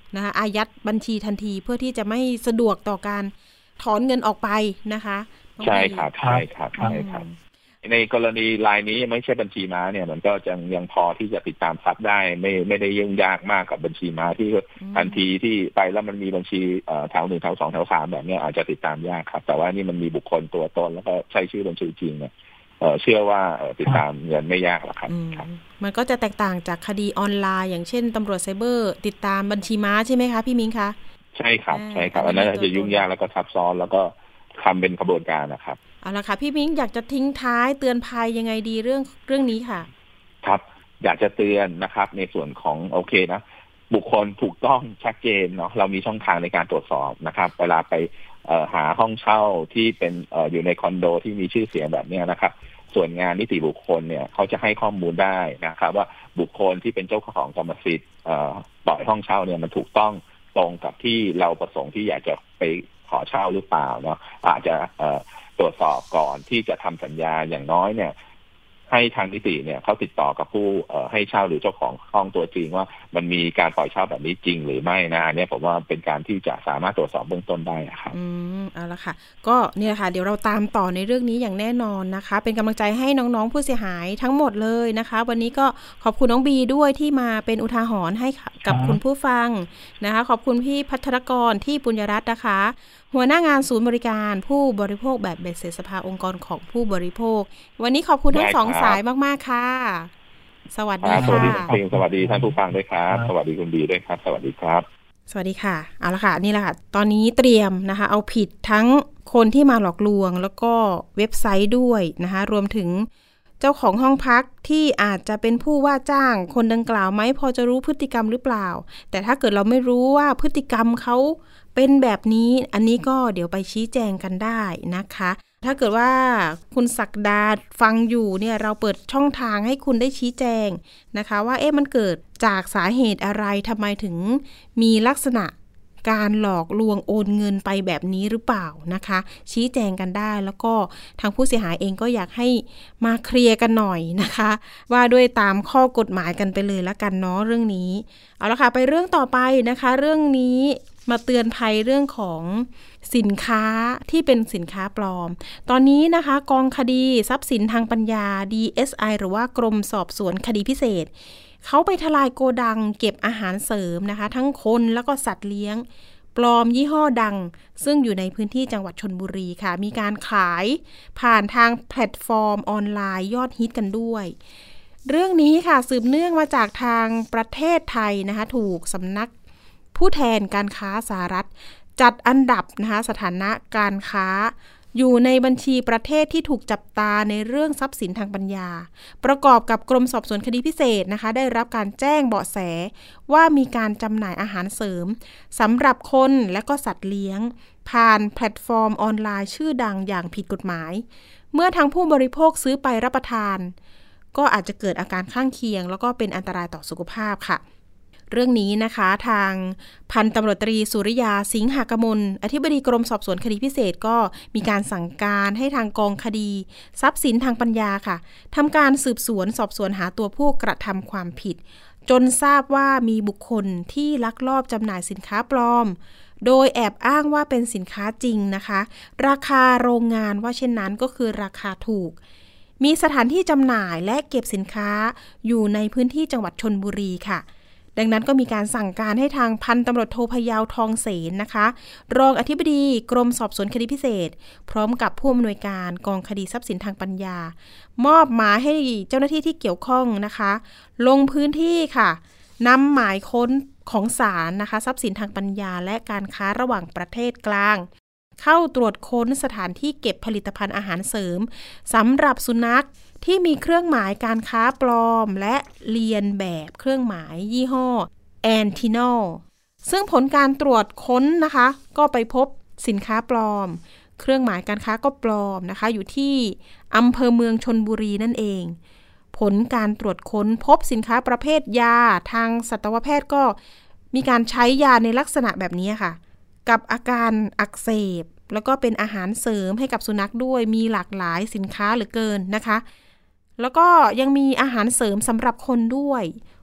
นะคะอายัดบัญชีทันทีเพื่อที่จะไม่สะดวกต่อการถอนเงินออกไปนะคะใช่ครับใช่ครับใช่ครับในกรณีรายนี้ไม่ใช่บัญชีม้าเนี่ยมันก็ยังยังพอที่จะติดตามทรัพย์ได้ไม่ไม่ได้ยุ่งยากมากกับบัญชีม้าที่ทันทีที่ไปแล้วมันมีบัญชีแถวหนึ่งแถวสองแถวสามแบบนี้อาจจะติดตามยากครับแต่ว่านี่มันมีบุคคลตัวตนแล้วก็ใช้ชื่อบัญชีจริงเนี่ยเชื่อว่าติดตามเงินไม่ยากหรอกครับมันก็จะแตกต่างจากคดีออนไลน์อย่างเช่นตำรวจไซเบอร์ติดตามบัญชีม้าใช่ไหมคะพี่มิ้งคะใช่ครับใช่ครับอันนั้นจะยุ่งยากแล้วก็ซับซ้อนแล้วก็ทำเป็นกระบวนการนะครับเอาละค่ะพี่มิ้งอยากจะทิ้งท้ายเตือนภัยยังไงดีเรื่องเรื่องนี้ค่ะครับอยากจะเตือนนะครับในส่วนของโอเคนะบุคคลถูกต้องชัดเจนเนาะเรามีช่องทางในการตรวจสอบนะครับเวลาไปหาห้องเช่าที่เป็นออยู่ในคอนโดที่มีชื่อเสียงแบบนี้นะครับส่วนงานนิติบุคคลเนี่ยเขาจะให้ข้อมูลได้นะครับว่าบุคคลที่เป็นเจ้าของกรรมสิทธิ์ปล่อยห้องเช่าเนี่ยมันถูกต้องตรงกับที่เราประสงค์ที่อยากจะไปขอเช่าหรือเปล่าเนาะอาจจะตรวจสอบก่อนที่จะทำสัญญาอย่างน้อยเนี่ยให้ทางนิติเนี่ยเขาติดต่อกับผู้ให้เช่าหรือเจ้าของห้องตัวจริงว่ามันมีการปล่อยเช่าแบบนี้จริงหรือไม่นะอันนี้ผมว่าเป็นการที่จะสามารถตรวจสอบเบื้องต้นได้ครับอืมเอาละค่ะก็เนี่ยค่ะเดี๋ยวเราตามต่อในเรื่องนี้อย่างแน่นอนนะคะเป็นกำลังใจให้น้องๆผู้เสียหายทั้งหมดเลยนะคะวันนี้ก็ขอบคุณน้องบีด้วยที่มาเป็นอุทาหรณ์ให้กับคุณผู้ฟังนะคะขอบคุณพี่พัทรกรที่ปุญญรัตน์นะคะหัวหน้างานศูนย์บริการผู้บริโภคแบบเบ็ดเสร็จสภาองค์กรของผู้บริโภควันนี้ขอบคุณทั้งสองสายมากๆค่ะสวัสดีค่ะสวัสดีคุณสวัสดีท่านผู้ฟังด้วยครับสวัสดีคุณบีด้วยครับสวัสดีครับสวัสดีค่ะเอาละค่ะนี่แหละค่ะตอนนี้เตรียมนะคะเอาผิดทั้งคนที่มาหลอกลวงแล้วก็เว็บไซต์ด้วยนะคะรวมถึงเจ้าของห้องพักที่อาจจะเป็นผู้ว่าจ้างคนดังกล่าวไหมพอจะรู้พฤติกรรมหรือเปล่าแต่ถ้าเกิดเราไม่รู้ว่าพฤติกรรมเขาเป็นแบบนี้อันนี้ก็เดี๋ยวไปชี้แจงกันได้นะคะถ้าเกิดว่าคุณศักดาฟังอยู่เนี่ยเราเปิดช่องทางให้คุณได้ชี้แจงนะคะว่าเอ๊ะมันเกิดจากสาเหตุอะไรทำไมถึงมีลักษณะการหลอกลวงโอนเงินไปแบบนี้หรือเปล่านะคะชี้แจงกันได้แล้วก็ทางผู้เสียหายเองก็อยากให้มาเคลียร์กันหน่อยนะคะว่าด้วยตามข้อกฎหมายกันไปเลยละกันเนาะเรื่องนี้เอาละค่ะไปเรื่องต่อไปนะคะเรื่องนี้มาเตือนภัยเรื่องของสินค้าที่เป็นสินค้าปลอมตอนนี้นะคะกองคดีทรัพย์สินทางปัญญา ดี เอส ไอ หรือว่ากรมสอบสวนคดีพิเศษเขาไปทลายโกดังเก็บอาหารเสริมนะคะทั้งคนแล้วก็สัตว์เลี้ยงปลอมยี่ห้อดังซึ่งอยู่ในพื้นที่จังหวัดชลบุรีค่ะมีการขายผ่านทางแพลตฟอร์มออนไลน์ยอดฮิตกันด้วยเรื่องนี้ค่ะสืบเนื่องมาจากทางประเทศไทยนะคะถูกสำนักผู้แทนการค้าสหรัฐจัดอันดับนะคะสถานะการค้าอยู่ในบัญชีประเทศที่ถูกจับตาในเรื่องทรัพย์สินทางปัญญาประกอบกับกรมสอบสวนคดีพิเศษนะคะได้รับการแจ้งเบาะแสว่ามีการจำหน่ายอาหารเสริมสำหรับคนและก็สัตว์เลี้ยงผ่านแพลตฟอร์มออนไลน์ชื่อดังอย่างผิดกฎหมายเมื่อทางผู้บริโภคซื้อไปรับประทานก็อาจจะเกิดอาการข้างเคียงแล้วก็เป็นอันตรายต่อสุขภาพค่ะเรื่องนี้นะคะทางพันตำรวจตรีสุริยาสิงหกมลอธิบดีกรมสอบสวนคดีพิเศษก็มีการสั่งการให้ทางกองคดีทรัพย์สินทางปัญญาค่ะทำการสืบสวนสอบสวนหาตัวผู้กระทำความผิดจนทราบว่ามีบุคคลที่ลักลอบจำหน่ายสินค้าปลอมโดยแอบอ้างว่าเป็นสินค้าจริงนะคะราคาโรงงานว่าเช่นนั้นก็คือราคาถูกมีสถานที่จำหน่ายและเก็บสินค้าอยู่ในพื้นที่จังหวัดชลบุรีค่ะดังนั้นก็มีการสั่งการให้ทางพันตำรวจโทพยาวทองเสนนะคะรองอธิบดีกรมสอบสวนคดีพิเศษพร้อมกับผู้อำนวยการกองคดีทรัพย์สินทางปัญญามอบหมายให้เจ้าหน้าที่ที่เกี่ยวข้องนะคะลงพื้นที่ค่ะนำหมายค้นของศาลนะคะทรัพย์สินทางปัญญาและการค้าระหว่างประเทศกลางเข้าตรวจค้นสถานที่เก็บผลิตภัณฑ์อาหารเสริมสำหรับสุนัขที่มีเครื่องหมายการค้าปลอมและเลียนแบบเครื่องหมายยี่ห้อแอนทิโนซึ่งผลการตรวจค้นนะคะก็ไปพบสินค้าปลอมเครื่องหมายการค้าก็ปลอมนะคะอยู่ที่อำเภอเมืองชลบุรีนั่นเองผลการตรวจค้นพบสินค้าประเภทยาทางสัตวแพทย์ก็มีการใช้ยาในลักษณะแบบนี้ค่ะกับอาการอักเสบแล้วก็เป็นอาหารเสริมให้กับสุนัขด้วยมีหลากหลายสินค้าเหลือเกินนะคะแล้วก็ยังมีอาหารเสริมสำหรับคนด้วย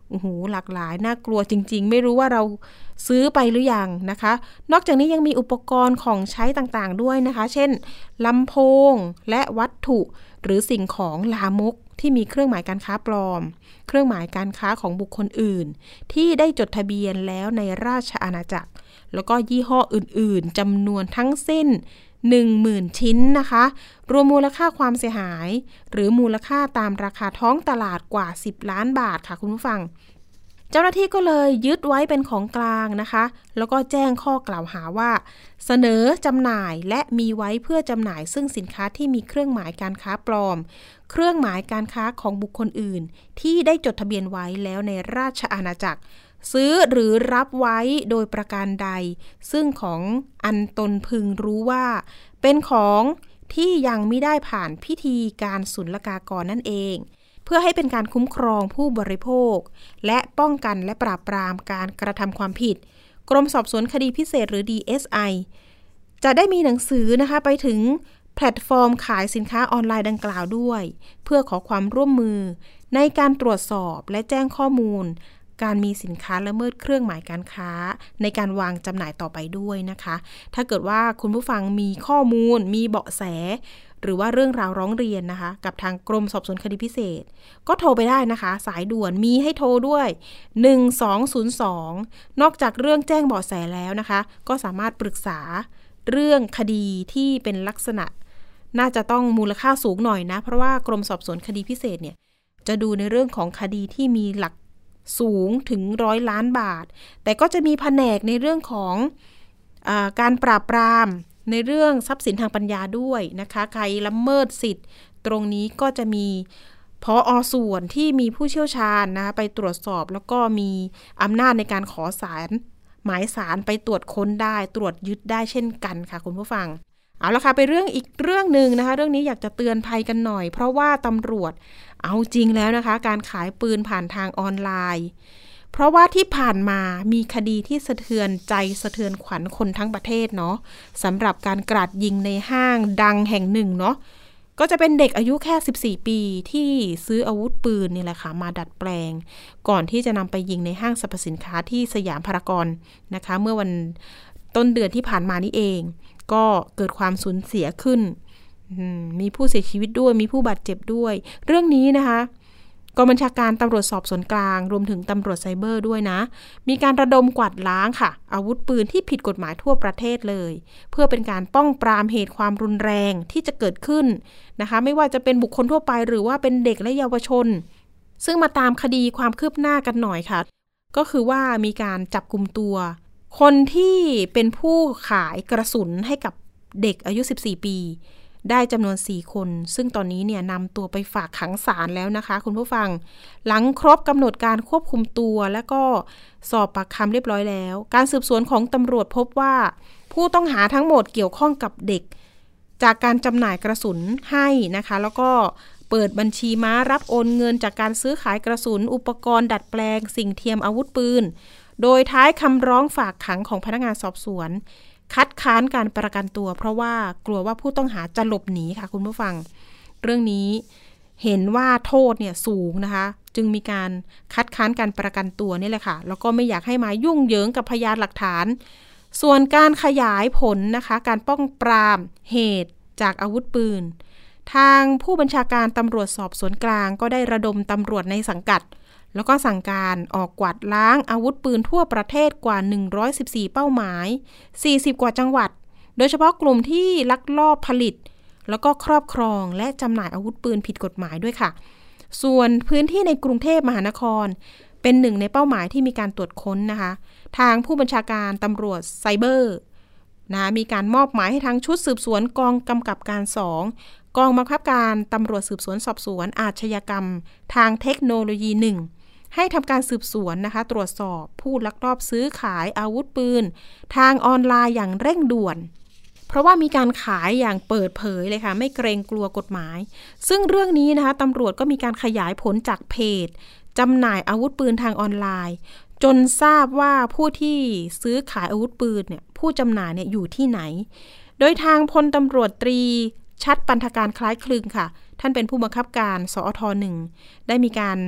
โอ้โหหลากหลายน่ากลัวจริงๆไม่รู้ว่าเราซื้อไปหรือยังนะคะนอกจากนี้ยังมีอุปกรณ์ของใช้ต่างๆด้วยนะคะเช่นลำโพงและวัตถุหรือสิ่งของลามกที่มีเครื่องหมายการค้าปลอมเครื่องหมายการค้าของบุคคลอื่นที่ได้จดทะเบียนแล้วในราชอาณาจักรแล้วก็ยี่ห้ออื่นๆจำนวนทั้งสิ้น หนึ่งหมื่น ชิ้นนะคะรวมมูลค่าความเสียหายหรือมูลค่าตามราคาท้องตลาดกว่าสิบล้านบาทค่ะคุณผู้ฟังเจ้าหน้าที่ก็เลยยึดไว้เป็นของกลางนะคะแล้วก็แจ้งข้อกล่าวหาว่าเสนอจำหน่ายและมีไว้เพื่อจำหน่ายซึ่งสินค้าที่มีเครื่องหมายการค้าปลอมเครื่องหมายการค้าของบุคคลอื่นที่ได้จดทะเบียนไว้แล้วในราชอาณาจักรซื้อหรือรับไว้โดยประการใดซึ่งของอันตนพึงรู้ว่าเป็นของที่ยังไม่ได้ผ่านพิธีการศุลกากรนั่นเองเพื่อให้เป็นการคุ้มครองผู้บริโภคและป้องกันและปราบปรามการกระทำความผิดกรมสอบสวนคดีพิเศษหรือ ดี เอส ไอ จะได้มีหนังสือนะคะไปถึงแพลตฟอร์มขายสินค้าออนไลน์ดังกล่าวด้วยเพื่อขอความร่วมมือในการตรวจสอบและแจ้งข้อมูลการมีสินค้าละเมิดเครื่องหมายการค้าในการวางจำหน่ายต่อไปด้วยนะคะถ้าเกิดว่าคุณผู้ฟังมีข้อมูลมีเบาะแสหรือว่าเรื่องราวร้องเรียนนะคะกับทางกรมสอบสวนคดีพิเศษก็โทรไปได้นะคะสายด่วนมีให้โทรด้วยหนึ่งสองศูนย์สองนอกจากเรื่องแจ้งเบาะแสแล้วนะคะก็สามารถปรึกษาเรื่องคดีที่เป็นลักษณะน่าจะต้องมูลค่าสูงหน่อยนะเพราะว่ากรมสอบสวนคดีพิเศษเนี่ยจะดูในเรื่องของคดีที่มีหลักสูงถึงร้อยล้านบาทแต่ก็จะมีแผนกในเรื่องของเอ่อการปราบปรามในเรื่องทรัพย์สินทางปัญญาด้วยนะคะใครละเมิดสิทธิ์ตรงนี้ก็จะมีผอ.ส่วนที่มีผู้เชี่ยวชาญนะไปตรวจสอบแล้วก็มีอำนาจในการขอศาลหมายศาลไปตรวจค้นได้ตรวจยึดได้เช่นกันค่ะคุณผู้ฟังเอาละค่ะไปเรื่องอีกเรื่องนึงนะคะเรื่องนี้อยากจะเตือนภัยกันหน่อยเพราะว่าตำรวจเอาจริงแล้วนะคะการขายปืนผ่านทางออนไลน์เพราะว่าที่ผ่านมามีคดีที่สะเทือนใจสะเทือนขวัญคนทั้งประเทศเนาะสำหรับการกราดยิงในห้างดังแห่งหนึ่งเนาะก็จะเป็นเด็กอายุแค่สิบสี่ปีที่ซื้ออาวุธปืนนี่แหละค่ะมาดัดแปลงก่อนที่จะนำไปยิงในห้างสรรพสินค้าที่สยามพารากอนนะคะเมื่อวันต้นเดือนที่ผ่านมานี่เองก็เกิดความสูญเสียขึ้นมีผู้เสียชีวิตด้วยมีผู้บาดเจ็บด้วยเรื่องนี้นะคะกองบัญชาการตำรวจสอบสวนกลางรวมถึงตำรวจไซเบอร์ด้วยนะมีการระดมกวาดล้างค่ะอาวุธปืนที่ผิดกฎหมายทั่วประเทศเลยเพื่อเป็นการป้องปรามเหตุความรุนแรงที่จะเกิดขึ้นนะคะไม่ว่าจะเป็นบุคคลทั่วไปหรือว่าเป็นเด็กและเยาวชนซึ่งมาตามคดีความคืบหน้ากันหน่อยค่ะก็คือว่ามีการจับกุมตัวคนที่เป็นผู้ขายกระสุนให้กับเด็กอายุสิบสี่ปีได้จำนวนสี่คนซึ่งตอนนี้เนี่ยนำตัวไปฝากขังศาลแล้วนะคะคุณผู้ฟังหลังครบกำหนดการควบคุมตัวแล้วก็สอบปากคำเรียบร้อยแล้วการสืบสวนของตำรวจพบว่าผู้ต้องหาทั้งหมดเกี่ยวข้องกับเด็กจากการจำหน่ายกระสุนให้นะคะแล้วก็เปิดบัญชีม้ารับโอนเงินจากการซื้อขายกระสุนอุปกรณ์ดัดแปลงสิ่งเทียมอาวุธปืนโดยท้ายคำร้องฝากขังของพนักงานสอบสวนคัดค้านการประกันตัวเพราะว่ากลัวว่าผู้ต้องหาจะหลบหนีค่ะคุณผู้ฟังเรื่องนี้เห็นว่าโทษเนี่ยสูงนะคะจึงมีการคัดค้านการประกันตัวนี่แหละค่ะแล้วก็ไม่อยากให้มายุ่งเหยิงกับพยานหลักฐานส่วนการขยายผลนะคะการป้องปรามเหตุจากอาวุธปืนทางผู้บัญชาการตำรวจสอบสวนกลางก็ได้ระดมตำรวจในสังกัดแล้วก็สั่งการออกกวาดล้างอาวุธปืนทั่วประเทศกว่าหนึ่งร้อยสิบสี่เป้าหมายสี่สิบกว่าจังหวัดโดยเฉพาะกลุ่มที่ลักลอบผลิตแล้วก็ครอบครองและจำหน่ายอาวุธปืนผิดกฎหมายด้วยค่ะส่วนพื้นที่ในกรุงเทพมหานครเป็นหนึ่งในเป้าหมายที่มีการตรวจค้นนะคะทางผู้บัญชาการตำรวจไซเบอร์นะมีการมอบหมายให้ทางชุดสืบสวนกองกำกับการสองกองบังคับการตำรวจสืบสวนสอบสวนอาชญากรรมทางเทคโนโลยีหนึ่งให้ทำการสืบสวนนะคะตรวจสอบผู้ลักลอบซื้อขายอาวุธปืนทางออนไลน์อย่างเร่งด่วนเพราะว่ามีการขายอย่างเปิดเผยเลยค่ะไม่เกรงกลัวกฎหมายซึ่งเรื่องนี้นะคะตำรวจก็มีการขยายผลจากเพจจำหน่ายอาวุธปืนทางออนไลน์จนทราบว่าผู้ที่ซื้อขายอาวุธปืนเนี่ยผู้จำหน่ายเนี่ยอยู่ที่ไหนโดยทางพลตำรวจตรีชัดปันธการคล้ายคลึงค่ะท่านเป็นผู้บังคับการสอทหนึ่งได้มีการ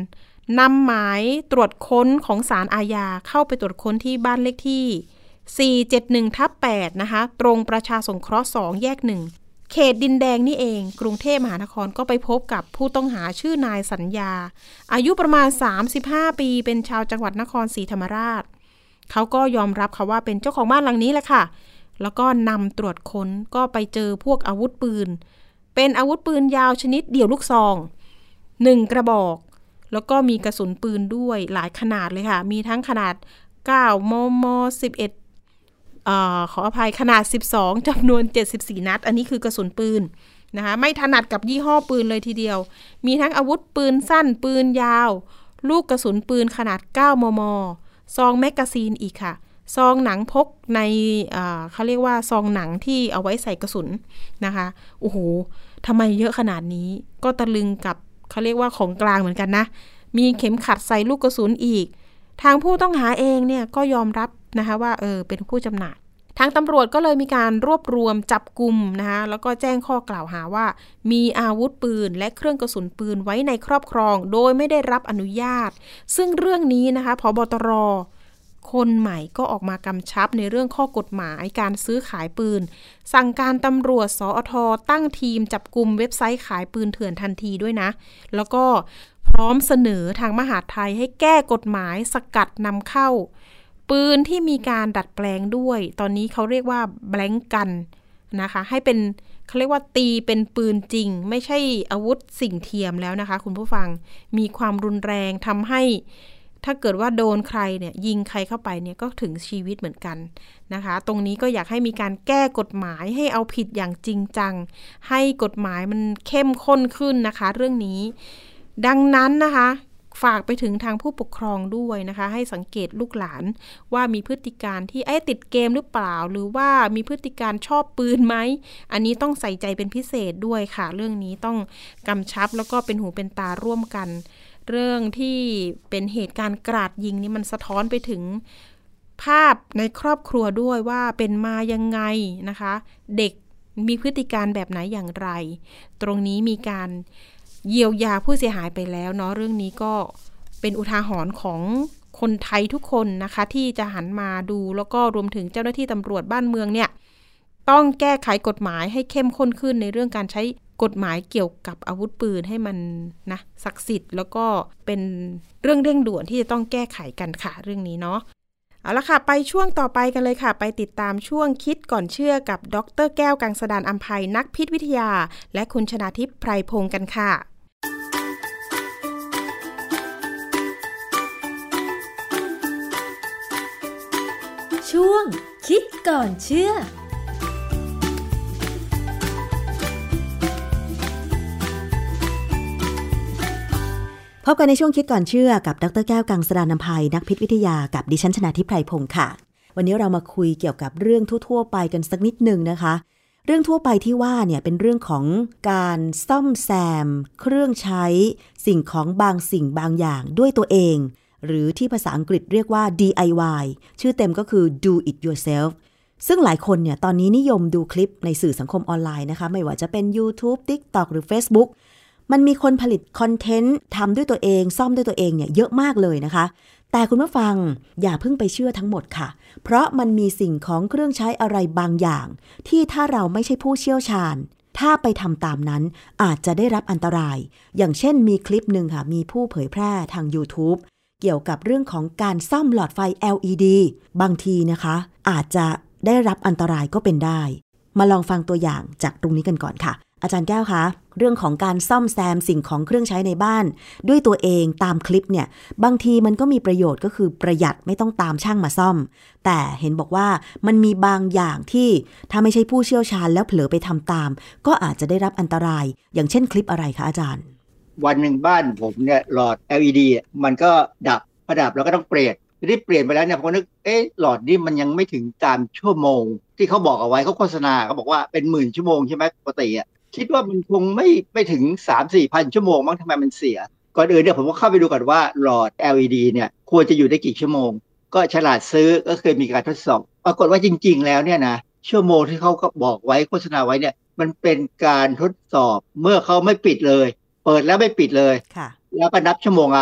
นำหมายตรวจค้นของศาลอาญาเข้าไปตรวจค้นที่บ้านเลขที่สี่เจ็ดหนึ่งทับแปดนะคะตรงประชาสงเคราะห์สองแยกหนึ่งเขตดินแดงนี่เองกรุงเทพมหานครก็ไปพบกับผู้ต้องหาชื่อนายสัญญาอายุประมาณสามสิบห้าปีเป็นชาวจังหวัดนครศรีธรรมราชเขาก็ยอมรับค่ะว่าเป็นเจ้าของบ้านหลังนี้แหละค่ะแล้วก็นำตรวจค้นก็ไปเจอพวกอาวุธปืนเป็นอาวุธปืนยาวชนิดเดี่ยวลูกซองหนึ่งกระบอกแล้วก็มีกระสุนปืนด้วยหลายขนาดเลยค่ะมีทั้งขนาดเก้ามมสิบเอ็ดเอ่อขออภัยขนาดสิบสองจำนวนเจ็ดสิบสี่นัดอันนี้คือกระสุนปืนนะคะไม่ถนัดกับยี่ห้อปืนเลยทีเดียวมีทั้งอาวุธปืนสั้นปืนยาวลูกกระสุนปืนขนาดเก้ามมซองแมกกาซีนอีกค่ะซองหนังพกในเอ่อเขาเรียกว่าซองหนังที่เอาไว้ใส่กระสุนนะคะโอ้โหทำไมเยอะขนาดนี้ก็ตะลึงกับเขาเรียกว่าของกลางเหมือนกันนะมีเข็มขัดใส่ลูกกระสุนอีกทางผู้ต้องหาเองเนี่ยก็ยอมรับนะคะว่าเออเป็นผู้จำหน่ายทางตำรวจก็เลยมีการรวบรวมจับกุมนะคะแล้วก็แจ้งข้อกล่าวหาว่ามีอาวุธปืนและเครื่องกระสุนปืนไว้ในครอบครองโดยไม่ได้รับอนุญาตซึ่งเรื่องนี้นะคะผบตรคนใหม่ก็ออกมากำชับในเรื่องข้อกฎหมายการซื้อขายปืนสั่งการตำรวจสอทตั้งทีมจับกุมเว็บไซต์ขายปืนเถื่อนทันทีด้วยนะแล้วก็พร้อมเสนอทางมหาดไทยให้แก้กฎหมายสกัดนำเข้าปืนที่มีการดัดแปลงด้วยตอนนี้เขาเรียกว่าแบล็งกันนะคะให้เป็นเขาเรียกว่าตีเป็นปืนจริงไม่ใช่อาวุธสิ่งเทียมแล้วนะคะคุณผู้ฟังมีความรุนแรงทำให้ถ้าเกิดว่าโดนใครเนี่ยยิงใครเข้าไปเนี่ยก็ถึงชีวิตเหมือนกันนะคะตรงนี้ก็อยากให้มีการแก้กฎหมายให้เอาผิดอย่างจริงจังให้กฎหมายมันเข้มข้นขึ้นนะคะเรื่องนี้ดังนั้นนะคะฝากไปถึงทางผู้ปกครองด้วยนะคะให้สังเกตลูกหลานว่ามีพฤติการที่ไอ้ติดเกมหรือเปล่าหรือว่ามีพฤติการชอบปืนไหมอันนี้ต้องใส่ใจเป็นพิเศษด้วยค่ะเรื่องนี้ต้องกำชับแล้วก็เป็นหูเป็นตาร่วมกันเรื่องที่เป็นเหตุการณ์กราดยิงนี่มันสะท้อนไปถึงภาพในครอบครัวด้วยว่าเป็นมายังไงนะคะเด็กมีพฤติการแบบไหนอย่างไรตรงนี้มีการเยียวยาผู้เสียหายไปแล้วเนาะเรื่องนี้ก็เป็นอุทาหรณ์ของคนไทยทุกคนนะคะที่จะหันมาดูแล้วก็รวมถึงเจ้าหน้าที่ตำรวจบ้านเมืองเนี่ยต้องแก้ไขกฎหมายให้เข้มข้นขึ้นในเรื่องการใช้กฎหมายเกี่ยวกับอาวุธปืนให้มันนะศักดิ์สิทธิ์แล้วก็เป็นเรื่องเร่งด่วนที่จะต้องแก้ไขกันค่ะเรื่องนี้เนาะเอาละค่ะไปช่วงต่อไปกันเลยค่ะไปติดตามช่วงคิดก่อนเชื่อกับดร.แก้วกังสดาลอำไพนักพิษวิทยาและคุณชนาทิพย์ไพรพงศ์กันค่ะช่วงคิดก่อนเชื่อพบกันในช่วงคิดก่อนเชื่อกับดร.แก้วกังสดาลอำไพนักพิษวิทยากับดิฉันชนาทิพย์ไพรพงศ์ค่ะวันนี้เรามาคุยเกี่ยวกับเรื่องทั่วๆไปกันสักนิดนึงนะคะเรื่องทั่วไปที่ว่าเนี่ยเป็นเรื่องของการซ่อมแซมเครื่องใช้สิ่งของบางสิ่งบางอย่างด้วยตัวเองหรือที่ภาษาอังกฤษเรียกว่า ดี ไอ วาย ชื่อเต็มก็คือ do it yourself ซึ่งหลายคนเนี่ยตอนนี้นิยมดูคลิปในสื่อสังคมออนไลน์นะคะไม่ว่าจะเป็น YouTube TikTok หรือ Facebook มันมีคนผลิตคอนเทนต์ทำด้วยตัวเองซ่อมด้วยตัวเองเนี่ยเยอะมากเลยนะคะแต่คุณผู้ฟังอย่าเพิ่งไปเชื่อทั้งหมดค่ะเพราะมันมีสิ่งของเครื่องใช้อะไรบางอย่างที่ถ้าเราไม่ใช่ผู้เชี่ยวชาญถ้าไปทำตามนั้นอาจจะได้รับอันตรายอย่างเช่นมีคลิปหนึ่งค่ะมีผู้เผยแพร่ทาง YouTube เกี่ยวกับเรื่องของการซ่อมหลอดไฟ แอล อี ดี บางทีนะคะอาจจะได้รับอันตรายก็เป็นได้มาลองฟังตัวอย่างจากตรงนี้กันก่อนค่ะอาจารย์แก้วคะเรื่องของการซ่อมแซมสิ่งของเครื่องใช้ในบ้านด้วยตัวเองตามคลิปเนี่ยบางทีมันก็มีประโยชน์ก็คือประหยัดไม่ต้องตามช่างมาซ่อมแต่เห็นบอกว่ามันมีบางอย่างที่ถ้าไม่ใช่ผู้เชี่ยวชาญแล้วเผลอไปทำตามก็อาจจะได้รับอันตรายอย่างเช่นคลิปอะไรคะอาจารย์วันหนึ่งบ้านผมเนี่ยหลอด แอล อี ดี มันก็ดับพอดับแล้วก็ต้องเปลี่ยนทีนี้เปลี่ยนไปแล้วเนี่ยผมนึกเอ๊ะหลอดนี้มันยังไม่ถึงตามชั่วโมงที่เขาบอกเอาไว้เขาโฆษณาเขาบอกว่าเป็นหมื่นชั่วโมงใช่ไหมปกติอ่ะคิดว่ามันคงไม่ไม่ถึง สามถึงสี่ พันชั่วโมงมั้งทำไมมันเสียก่อนอื่นเนี่ยผมก็เข้าไปดูก่อนว่าหลอด แอล อี ดี เนี่ยควรจะอยู่ได้กี่ชั่วโมงก็ฉลาดซื้อก็เคยมีการทดสอบปรากฏว่าจริงๆแล้วเนี่ยนะชั่วโมงที่เขาก็บอกไว้โฆษณาไว้เนี่ยมันเป็นการทดสอบเมื่อเขาไม่ปิดเลยเปิดแล้วไม่ปิดเลยแล้วก็นับชั่วโมงเอา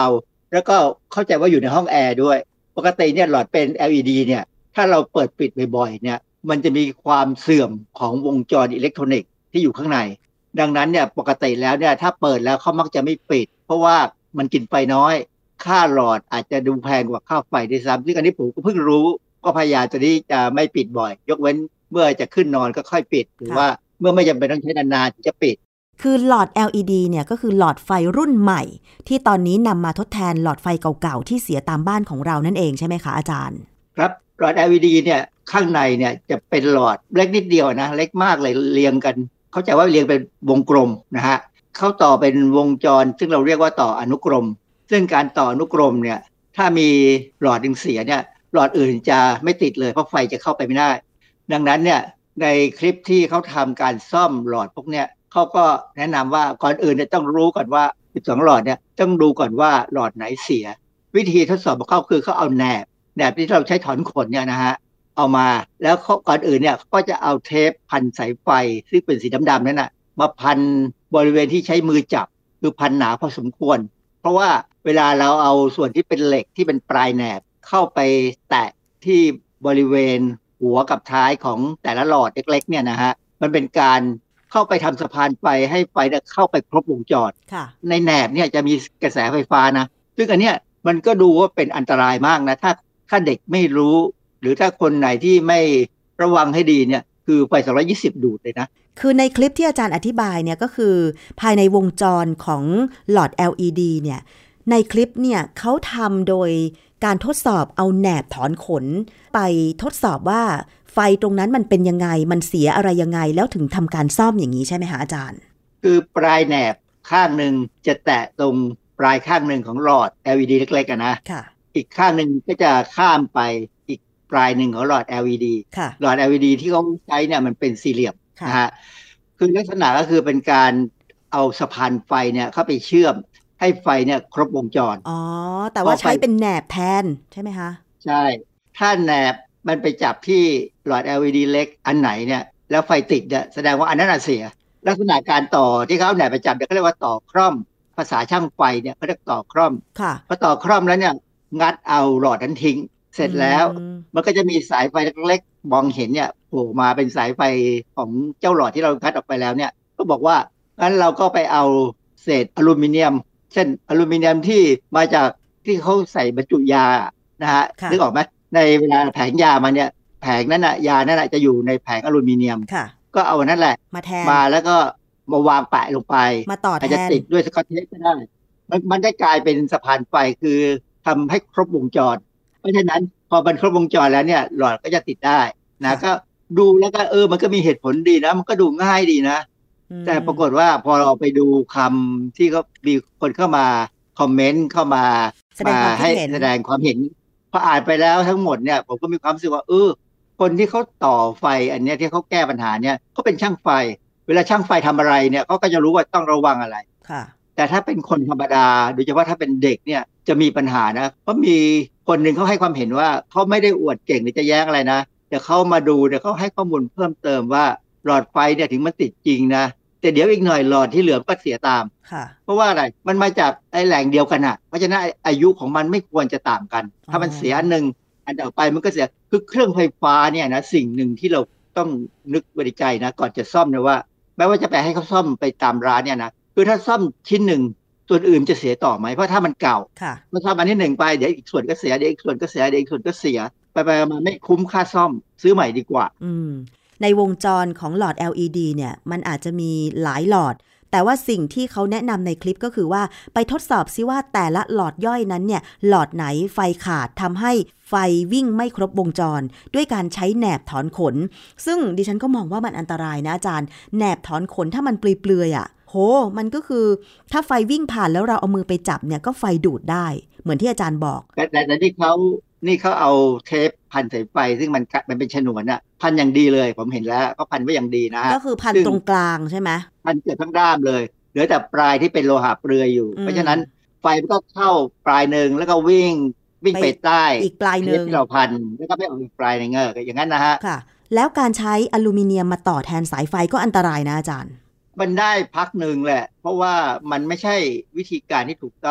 แล้วก็เข้าใจว่าอยู่ในห้องแอร์ด้วยปกติเนี่ยหลอดเป็น แอล อี ดี เนี่ยถ้าเราเปิดปิดบ่อยๆเนี่ยมันจะมีความเสื่อมของวงจรอิเล็กทรอนิกส์ที่อยู่ข้างในดังนั้นเนี่ยปกติแล้วเนี่ยถ้าเปิดแล้วเขามักจะไม่ปิดเพราะว่ามันกินไฟน้อยค่าหลอดอาจจะดูแพงกว่าค่าไฟด้วยซ้ำซึ่งอันนี้ผมก็เพิ่งรู้ก็พยายามจะที่จะไม่ปิดบ่อยยกเว้นเมื่อจะขึ้นนอนก็ค่อยปิดหรือว่าเมื่อไม่จำเป็นต้องใช้นานๆจะปิดคือหลอด แอล อี ดี เนี่ยก็คือหลอดไฟรุ่นใหม่ที่ตอนนี้นำมาทดแทนหลอดไฟเก่าๆที่เสียตามบ้านของเรานั่นเองใช่ไหมคะอาจารย์ครับหลอด แอล อี ดี เนี่ยข้างในเนี่ยจะเป็นหลอดเล็กนิดเดียวนะเล็กมากเลยเรียงกันเข้าใจว่าเรียงเป็นวงกลมนะฮะเข้าต่อเป็นวงจรซึ่งเราเรียกว่าต่ออนุกรมซึ่งการต่ออนุกรมเนี่ยถ้ามีหลอดดึงเสียเนี่ยหลอดอื่นจะไม่ติดเลยเพราะไฟจะเข้าไปไม่ได้ดังนั้นเนี่ยในคลิปที่เขาทำการซ่อมหลอดพวกเนี้ยเขาก็แนะนำว่าก่อนอื่นเนี่ยต้องรู้ก่อนว่าสิบสองหลอดเนี่ยต้องดูก่อนว่าหลอดไหนเสียวิธีทดสอบของเขาคือเขาเอาแหนบแหนบที่เราใช้ถอนขนเนี่ยนะฮะเอามาแล้วก่อนอื่นเนี่ยก็จะเอาเทปพันสายไฟซึ่งเป็นสีดำๆนั่นนะมาพันบริเวณที่ใช้มือจับคือพันหนาพอสมควรเพราะว่าเวลาเราเอาส่วนที่เป็นเหล็กที่เป็นปลายแหนบเข้าไปแตะที่บริเวณหัวกับท้ายของแต่ละหลอดเล็กๆเนี่ยนะฮะมันเป็นการเข้าไปทำสะพานไฟให้ไฟเข้าไปครบวงจรในแหนบเนี่ยจะมีกระแสไฟฟ้านะซึ่งอันเนี้ยมันก็ดูว่าเป็นอันตรายมากนะถ้าถ้าเด็กไม่รู้หรือถ้าคนไหนที่ไม่ระวังให้ดีเนี่ยคือไฟสองร้อยยี่สิบดูดเลยนะคือในคลิปที่อาจารย์อธิบายเนี่ยก็คือภายในวงจรของหลอด แอล อี ดี เนี่ยในคลิปเนี่ยเขาทำโดยการทดสอบเอาแหนบถอนขนไปทดสอบว่าไฟตรงนั้นมันเป็นยังไงมันเสียอะไรยังไงแล้วถึงทำการซ่อมอย่างนี้ใช่ไหมคะอาจารย์คือปลายแหนบข้างหนึ่งจะแตะตรงปลายข้างหนึ่งของหลอด แอล อี ดี เล็กๆกันนะค่ะอีกข้างหนึ่งก็จะข้ามไปอีกปลายหนึ่งของหลอด แอล อี ดีค่ะหลอด แอล อี ดี ที่เขาใช้เนี่ยมันเป็นสี่เหลี่ยมนะฮะคือลักษณะก็คือเป็นการเอาสะพานไฟเนี่ยเข้าไปเชื่อมให้ไฟเนี่ยครบวงจรอ๋อแต่ว่าใช้เป็นแหนบแทนใช่ไหมคะใช่ถ้าแหนบมันไปจับที่หลอด แอล อี ดี เล็กอันไหนเนี่ยแล้วไฟติดเนี่ยแสดงว่าอันนั้นเสียลักษณะการต่อที่เขาแหนบไปจับเนี่ยเขาเรียกว่าต่อคร่อมภาษาช่างไฟเนี่ยเขาเรียกต่อคร่อมค่ะพอต่อคร่อมแล้วเนี่ยงัดเอาหลอดนั้นทิ้งเสร็จแล้วมันก็จะมีสายไฟเล็กๆมองเห็นเนี่ยโผล่มาเป็นสายไฟของเจ้าหลอดที่เราคัดออกไปแล้วเนี่ยก็บอกว่างั้นเราก็ไปเอาเศษอลูมิเนียมเช่นอลูมิเนียมที่มาจากที่เขาใส่บรรจุยานะฮะนึกออกไหมในเวลาแผงยามาเนี่ยแผงนั้นน่ะยานั่นน่ะจะอยู่ในแผงอลูมิเนียมก็เอานั่นแหละมาแทนมาแล้วก็มาวางแปะลงไปมาต่อแทนอาจจะติดด้วยสกอตเทปก็ได้มันมันได้กลายเป็นสะพานไฟคือทำให้ครบวงจรเพราะฉะนั้นพอมันครบวงจรแล้วเนี่ยหลอดก็จะติดได้นะก็ดูแล้วก็เออมันก็มีเหตุผลดีนะมันก็ดูง่ายดีนะแต่ปรากฏว่าพอเราไปดูคำที่เขามีคนเข้ามาคอมเมนต์เข้ามามาให้แสดงความเห็นพออ่านไปแล้วทั้งหมดเนี่ยผมก็มีความรู้สึกว่าเออคนที่เขาต่อไฟอันเนี้ยที่เขาแก้ปัญหาเนี่ยเขาเป็นช่างไฟเวลาช่างไฟทำอะไรเนี่ยเขาก็จะรู้ว่าต้องระวังอะไรค่ะแต่ถ้าเป็นคนธรรมดาโดยเฉพาะถ้าเป็นเด็กเนี่ยจะมีปัญหานะเพราะมีคนหนึ่งเขาให้ความเห็นว่าเขาไม่ได้อวดเก่งหรือจะแย้งอะไรนะแต่เขามาดูเนี่ยเขาให้ข้อมูลเพิ่มเติมว่าหลอดไฟเนี่ยถึงมันติดจริงนะแต่เดี๋ยวอีกหน่อยหลอดที่เหลือก็เสียตามเพราะว่าอะไรมันมาจากไอ้แหล่งเดียวกันอ่ะเพราะฉะนั้นอายุของมันไม่ควรจะต่างกันถ้ามันเสียอันนึงอันต่อไปมันก็เสียคือเครื่องไฟฟ้าเนี่ยนะสิ่งหนึ่งที่เราต้องนึกไว้ในใจนะก่อนจะซ่อมนะว่าแม้ว่าจะไปให้เขาซ่อมไปตามร้านเนี่ยนะคือถ้าซ่อมชิ้นหนึ่งส่วนอื่นจะเสียต่อไหมเพราะถ้ามันเก่ามันซ่อมอันที่หนึ่งไปเดี๋ยวอีกส่วนก็เสียเดี๋ยวอีกส่วนก็เสียเดี๋ยวอีกส่วนก็เสียไปไปมาไม่คุ้มค่าซ่อมซื้อใหม่ดีกว่าอืมในวงจรของหลอด แอล อี ดี เนี่ยมันอาจจะมีหลายหลอดแต่ว่าสิ่งที่เขาแนะนำในคลิปก็คือว่าไปทดสอบซิว่าแต่ละหลอดย่อยนั้นเนี่ยหลอดไหนไฟขาดทำให้ไฟวิ่งไม่ครบวงจรด้วยการใช้แหนบถอนขนซึ่งดิฉันก็มองว่ามันอันตรายนะอาจารย์แหนบถอนขนถ้ามันเปลือยๆอ่ะโหมันก็คือถ้าไฟวิ่งผ่านแล้วเราเอามือไปจับเนี่ยก็ไฟดูดได้เหมือนที่อาจารย์บอกแต่แต่ที่เขานี่เขาเอาเทปพันสายไฟซึ่งมันมันเป็นฉนวนอะพันอย่างดีเลยผมเห็นแล้วเขาพันไว้อย่างดีนะก็คือพันตรงกลางใช่ไหมพันเกือบทั้งด้ามเลยเหลือแต่ปลายที่เป็นโลหะเปลือยอยู่เพราะฉะนั้นไฟมันก็เข้าปลายหนึ่งแล้วก็วิ่งวิ่งไปใต้อีกปลายหนึ่งที่เราพันแล้วก็ไปออกอีกปลายหนึ่งเงออย่างนั้นนะฮะค่ะแล้วการใช้อลูมิเนียมมาต่อแทนสายไฟก็อันตรายนะอาจารย์มันได้พักหนึ่งแหละเพราะว่ามันไม่ใช่วิธีการที่ถูกต้อง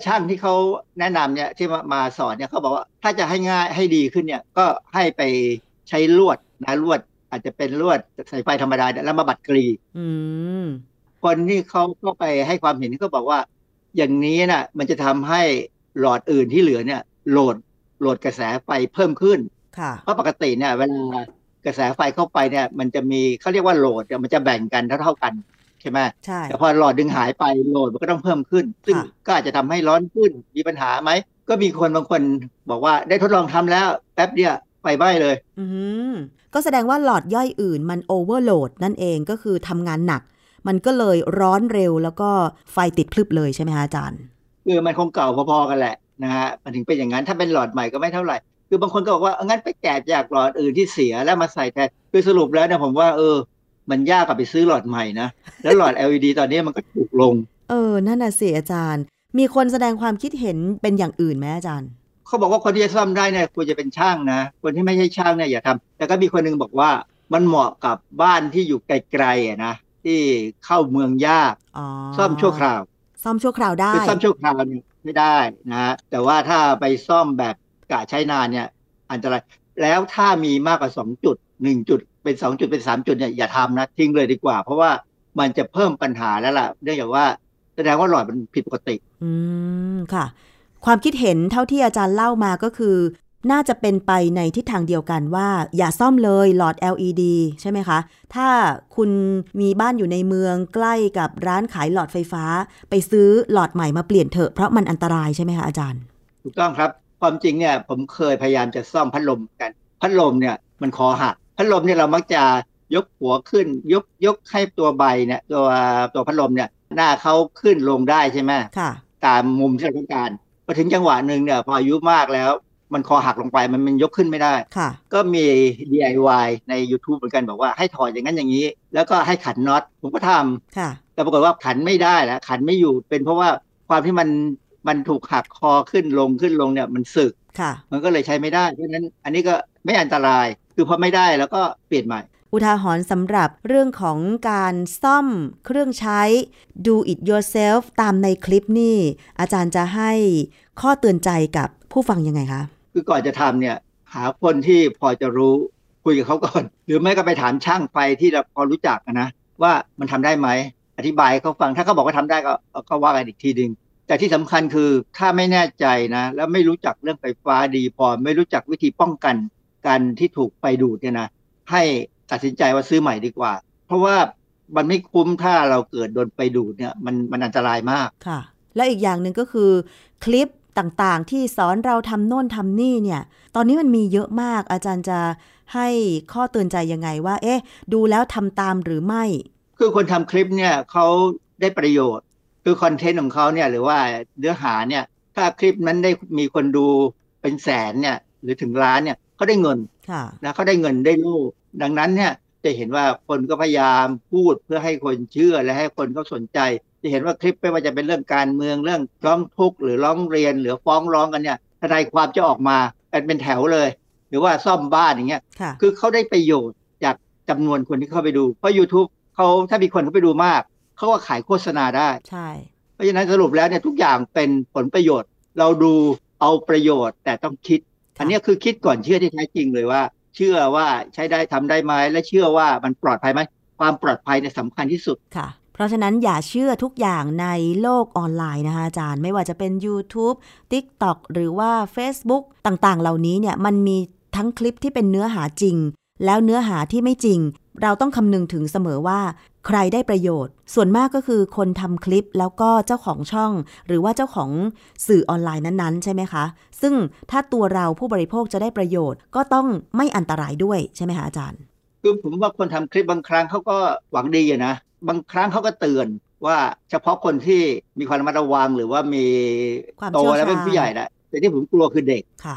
ช่างที่เขาแนะนำเนี่ยที่มามาสอนเนี่ยเขาบอกว่าถ้าจะให้ง่ายให้ดีขึ้นเนี่ยก็ให้ไปใช้ลวดนะลวดอาจจะเป็นลวดสายไฟธรรมดาแล้วมาบัดกรีอืมคนที่เขาก็ไปให้ความเห็นก็บอกว่าอย่างนี้น่ะมันจะทำให้หลอดอื่นที่เหลือเนี่ยโหลดโหลดกระแสไฟเพิ่มขึ้นเพราะปกติเนี่ยเวลากระแสไฟเข้าไปเนี่ยมันจะมีเขาเรียกว่าโหลดมันจะแบ่งกันเท่าๆกันใช่ไหมใช่แต่พอหลอดดึงหายไปโหลดมันก็ต้องเพิ่มขึ้นซึ่งก็อาจจะทำให้ร้อนขึ้นมีปัญหาไหมก็มีคนบางคนบอกว่าได้ทดลองทำแล้วแป๊บเดียวไฟไหม้เลยอืมก็แสดงว่าหลอดย่อยอื่นมันโอเวอร์โหลดนั่นเองก็คือทำงานหนักมันก็เลยร้อนเร็วแล้วก็ไฟติดพลึบเลยใช่ไหมฮะอาจารย์คือมันคงเก่าพอๆกันแหละนะฮะมันถึงเป็นอย่างนั้นถ้าเป็นหลอดใหม่ก็ไม่เท่าไหร่คือบางคนก็บอกว่างั้นไปแกะจากหลอดอื่นที่เสียแล้วมาใส่แทนคือสรุปแล้วเนี่ยผมว่าเออมันยากกว่าไปซื้อหลอดใหม่นะแล้วหลอด แอล อี ดี ตอนนี้มันก็ถูกลงเออนั่นน่ะสิอาจารย์มีคนแสดงความคิดเห็นเป็นอย่างอื่นไหมอาจารย์เขาบอกว่าคนที่จะซ่อมได้เนี่ยควรจะเป็นช่างนะคนที่ไม่ใช่ช่างเนี่ยอย่าทำแต่ก็มีคนนึงบอกว่ามันเหมาะกับบ้านที่อยู่ไกลๆอ่ะนะที่เข้าเมืองยากซ่อมชั่วคราวซ่อมชั่วคราวได้คือซ่อมชั่วคราวเนี่ยไม่ได้นะฮะแต่ว่าถ้าไปซ่อมแบบกะใช้นานเนี่ยอันตรายแล้วถ้ามีมากกว่าสองจุดหนึ่งจุดเป็นสองจุดเป็นสามจุดเนี่ยอย่าทำนะทิ้งเลยดีกว่าเพราะว่ามันจะเพิ่มปัญหาแล้วล่ะเนื่องจากว่าแสดงว่าหลอดมันผิดปกติอืมค่ะความคิดเห็นเท่าที่อาจารย์เล่ามาก็คือน่าจะเป็นไปในทิศทางเดียวกันว่าอย่าซ่อมเลยหลอด แอล อี ดี ใช่ไหมคะถ้าคุณมีบ้านอยู่ในเมืองใกล้กับร้านขายหลอดไฟฟ้าไปซื้อหลอดใหม่มาเปลี่ยนเถอะเพราะมันอันตรายใช่ไหมคะอาจารย์ถูกต้องครับความจริงเนี่ยผมเคยพยายามจะซ่อมพัดลมกันพัดลมเนี่ยมันคอหักพัดลมเนี่ยเรามักจะยกหัวขึ้นยกยกให้ตัวใบเนี่ยตัวตัวพัดลมเนี่ยหน้าเขาขึ้นลงได้ใช่ไหมค่ะตามมุมที่เราต้องการพอถึงจังหวะหนึ่งเนี่ยพออายุมากแล้วมันคอหักลงไปมันมันยกขึ้นไม่ได้ก็มี ดี ไอ วาย ใน YouTube เหมือนกันบอกว่าให้ถอดอย่างนั้นอย่างนี้แล้วก็ให้ขันน็อตผมก็ทำแต่ปรากฏว่าขันไม่ได้แล้วขันไม่อยู่เป็นเพราะว่าความที่มันมันถูกหักคอขึ้นลงขึ้นลงเนี่ยมันสึกมันก็เลยใช้ไม่ได้เพราะฉะนั้นอันนี้ก็ไม่อันตรายคือพอไม่ได้แล้วก็เปลี่ยนใหม่อุทาหรณ์สำหรับเรื่องของการซ่อมเครื่องใช้ do it yourself ตามในคลิปนี่อาจารย์จะให้ข้อเตือนใจกับผู้ฟังยังไงคะคือก่อนจะทำเนี่ยหาคนที่พอจะรู้คุยกับเขาก่อนหรือไม่ก็ไปถามช่างไฟที่เราพอรู้จักนะว่ามันทำได้ไหมอธิบายเขาฟังถ้าเขาบอกว่าทำได้ก็ก็ว่ากันอีกทีนึงแต่ที่สำคัญคือถ้าไม่แน่ใจนะแล้วไม่รู้จักเรื่องไฟฟ้าดีพอไม่รู้จักวิธีป้องกันการที่ถูกไฟดูดเนี่ยนะให้ตัดสินใจว่าซื้อใหม่ดีกว่าเพราะว่ามันไม่คุ้มถ้าเราเกิดโดนไฟดูดเนี่ยมันมันอันตรายมากค่ะแล้วอีกอย่างหนึ่งก็คือคลิปต่างๆที่สอนเราทำโน่นทำนี่เนี่ยตอนนี้มันมีเยอะมากอาจารย์จะให้ข้อเตือนใจยังไงว่าเอ๊ะดูแล้วทำตามหรือไม่คือคนทำคลิปเนี่ยเขาได้ประโยชน์คือคอนเทนต์ของเขาเนี่ยหรือว่าเนื้อหาเนี่ยถ้าคลิปนั้นได้มีคนดูเป็นแสนเนี่ยหรือถึงล้านเนี่ยเขาได้เงินนะเขาได้เงินได้ลูกดังนั้นเนี่ยจะเห็นว่าคนก็พยายามพูดเพื่อให้คนเชื่อและให้คนเขาสนใจจะเห็นว่าคลิปไม่ว่าจะเป็นเรื่องการเมืองเรื่องร้องทุกข์หรือร้องเรียนหรือฟ้องร้องกันเนี่ยทนายความจะออกมาเป็นแถวเลยหรือว่าซ่อมบ้านอย่างเงี้ยคือเขาได้ประโยชน์จากจำนวนคนที่เข้าไปดูเพราะ YouTube เขาถ้ามีคนเข้าไปดูมากเขาก็ขายโฆษณาได้ใช่เพราะฉะนั้นสรุปแล้วเนี่ยทุกอย่างเป็นผลประโยชน์เราดูเอาประโยชน์แต่ต้องคิดอันนี้คือคิดก่อนเชื่อที่แท้จริงเลยว่าเชื่อว่าใช้ได้ทำได้ไหมและเชื่อว่ามันปลอดภัยไหมความปลอดภัยเนี่ยสำคัญที่สุดค่ะเพราะฉะนั้นอย่าเชื่อทุกอย่างในโลกออนไลน์นะคะอาจารย์ไม่ว่าจะเป็น YouTube TikTok หรือว่า Facebook ต่างๆเหล่านี้เนี่ยมันมีทั้งคลิปที่เป็นเนื้อหาจริงแล้วเนื้อหาที่ไม่จริงเราต้องคำนึงถึงเสมอว่าใครได้ประโยชน์ส่วนมากก็คือคนทำคลิปแล้วก็เจ้าของช่องหรือว่าเจ้าของสื่อออนไลน์นั้นๆใช่ไหมคะซึ่งถ้าตัวเราผู้บริโภคจะได้ประโยชน์ก็ต้องไม่อันตรายด้วยใช่ไหมคะอาจารย์คือผมว่าคนทำคลิปบางครั้งเขาก็หวังดีนะบางครั้งเขาก็เตือนว่าเฉพาะคนที่มีความระมัดระวังหรือว่ามีโตแล้วเป็นผู้ใหญ่แล้วแต่ที่ผมกลัวคือเด็กค่ะ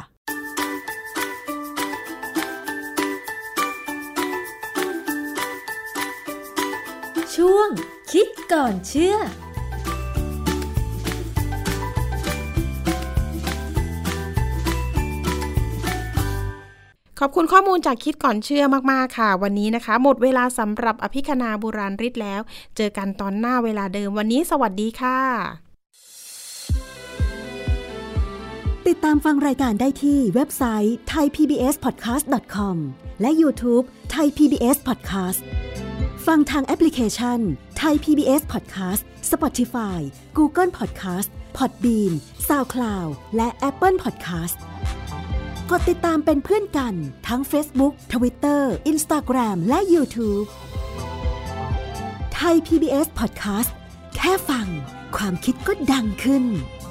ช่วงคิดก่อนเชื่อขอบคุณข้อมูลจากคิดก่อนเชื่อมากๆค่ะวันนี้นะคะหมดเวลาสำหรับอภิคณาบุราริศแล้วเจอกันตอนหน้าเวลาเดิมวันนี้สวัสดีค่ะติดตามฟังรายการได้ที่เว็บไซต์ ไทยพีบีเอสพอดแคสต์ ดอท คอม และ YouTube Thai พี บี เอส Podcast ฟังทางแอปพลิเคชัน Thai พี บี เอส Podcast Spotify Google Podcast Podbean SoundCloud และ Apple Podcast กดติดตามเป็นเพื่อนกันทั้ง Facebook Twitter Instagram และ YouTube Thai พี บี เอส Podcast แค่ฟังความคิดก็ดังขึ้น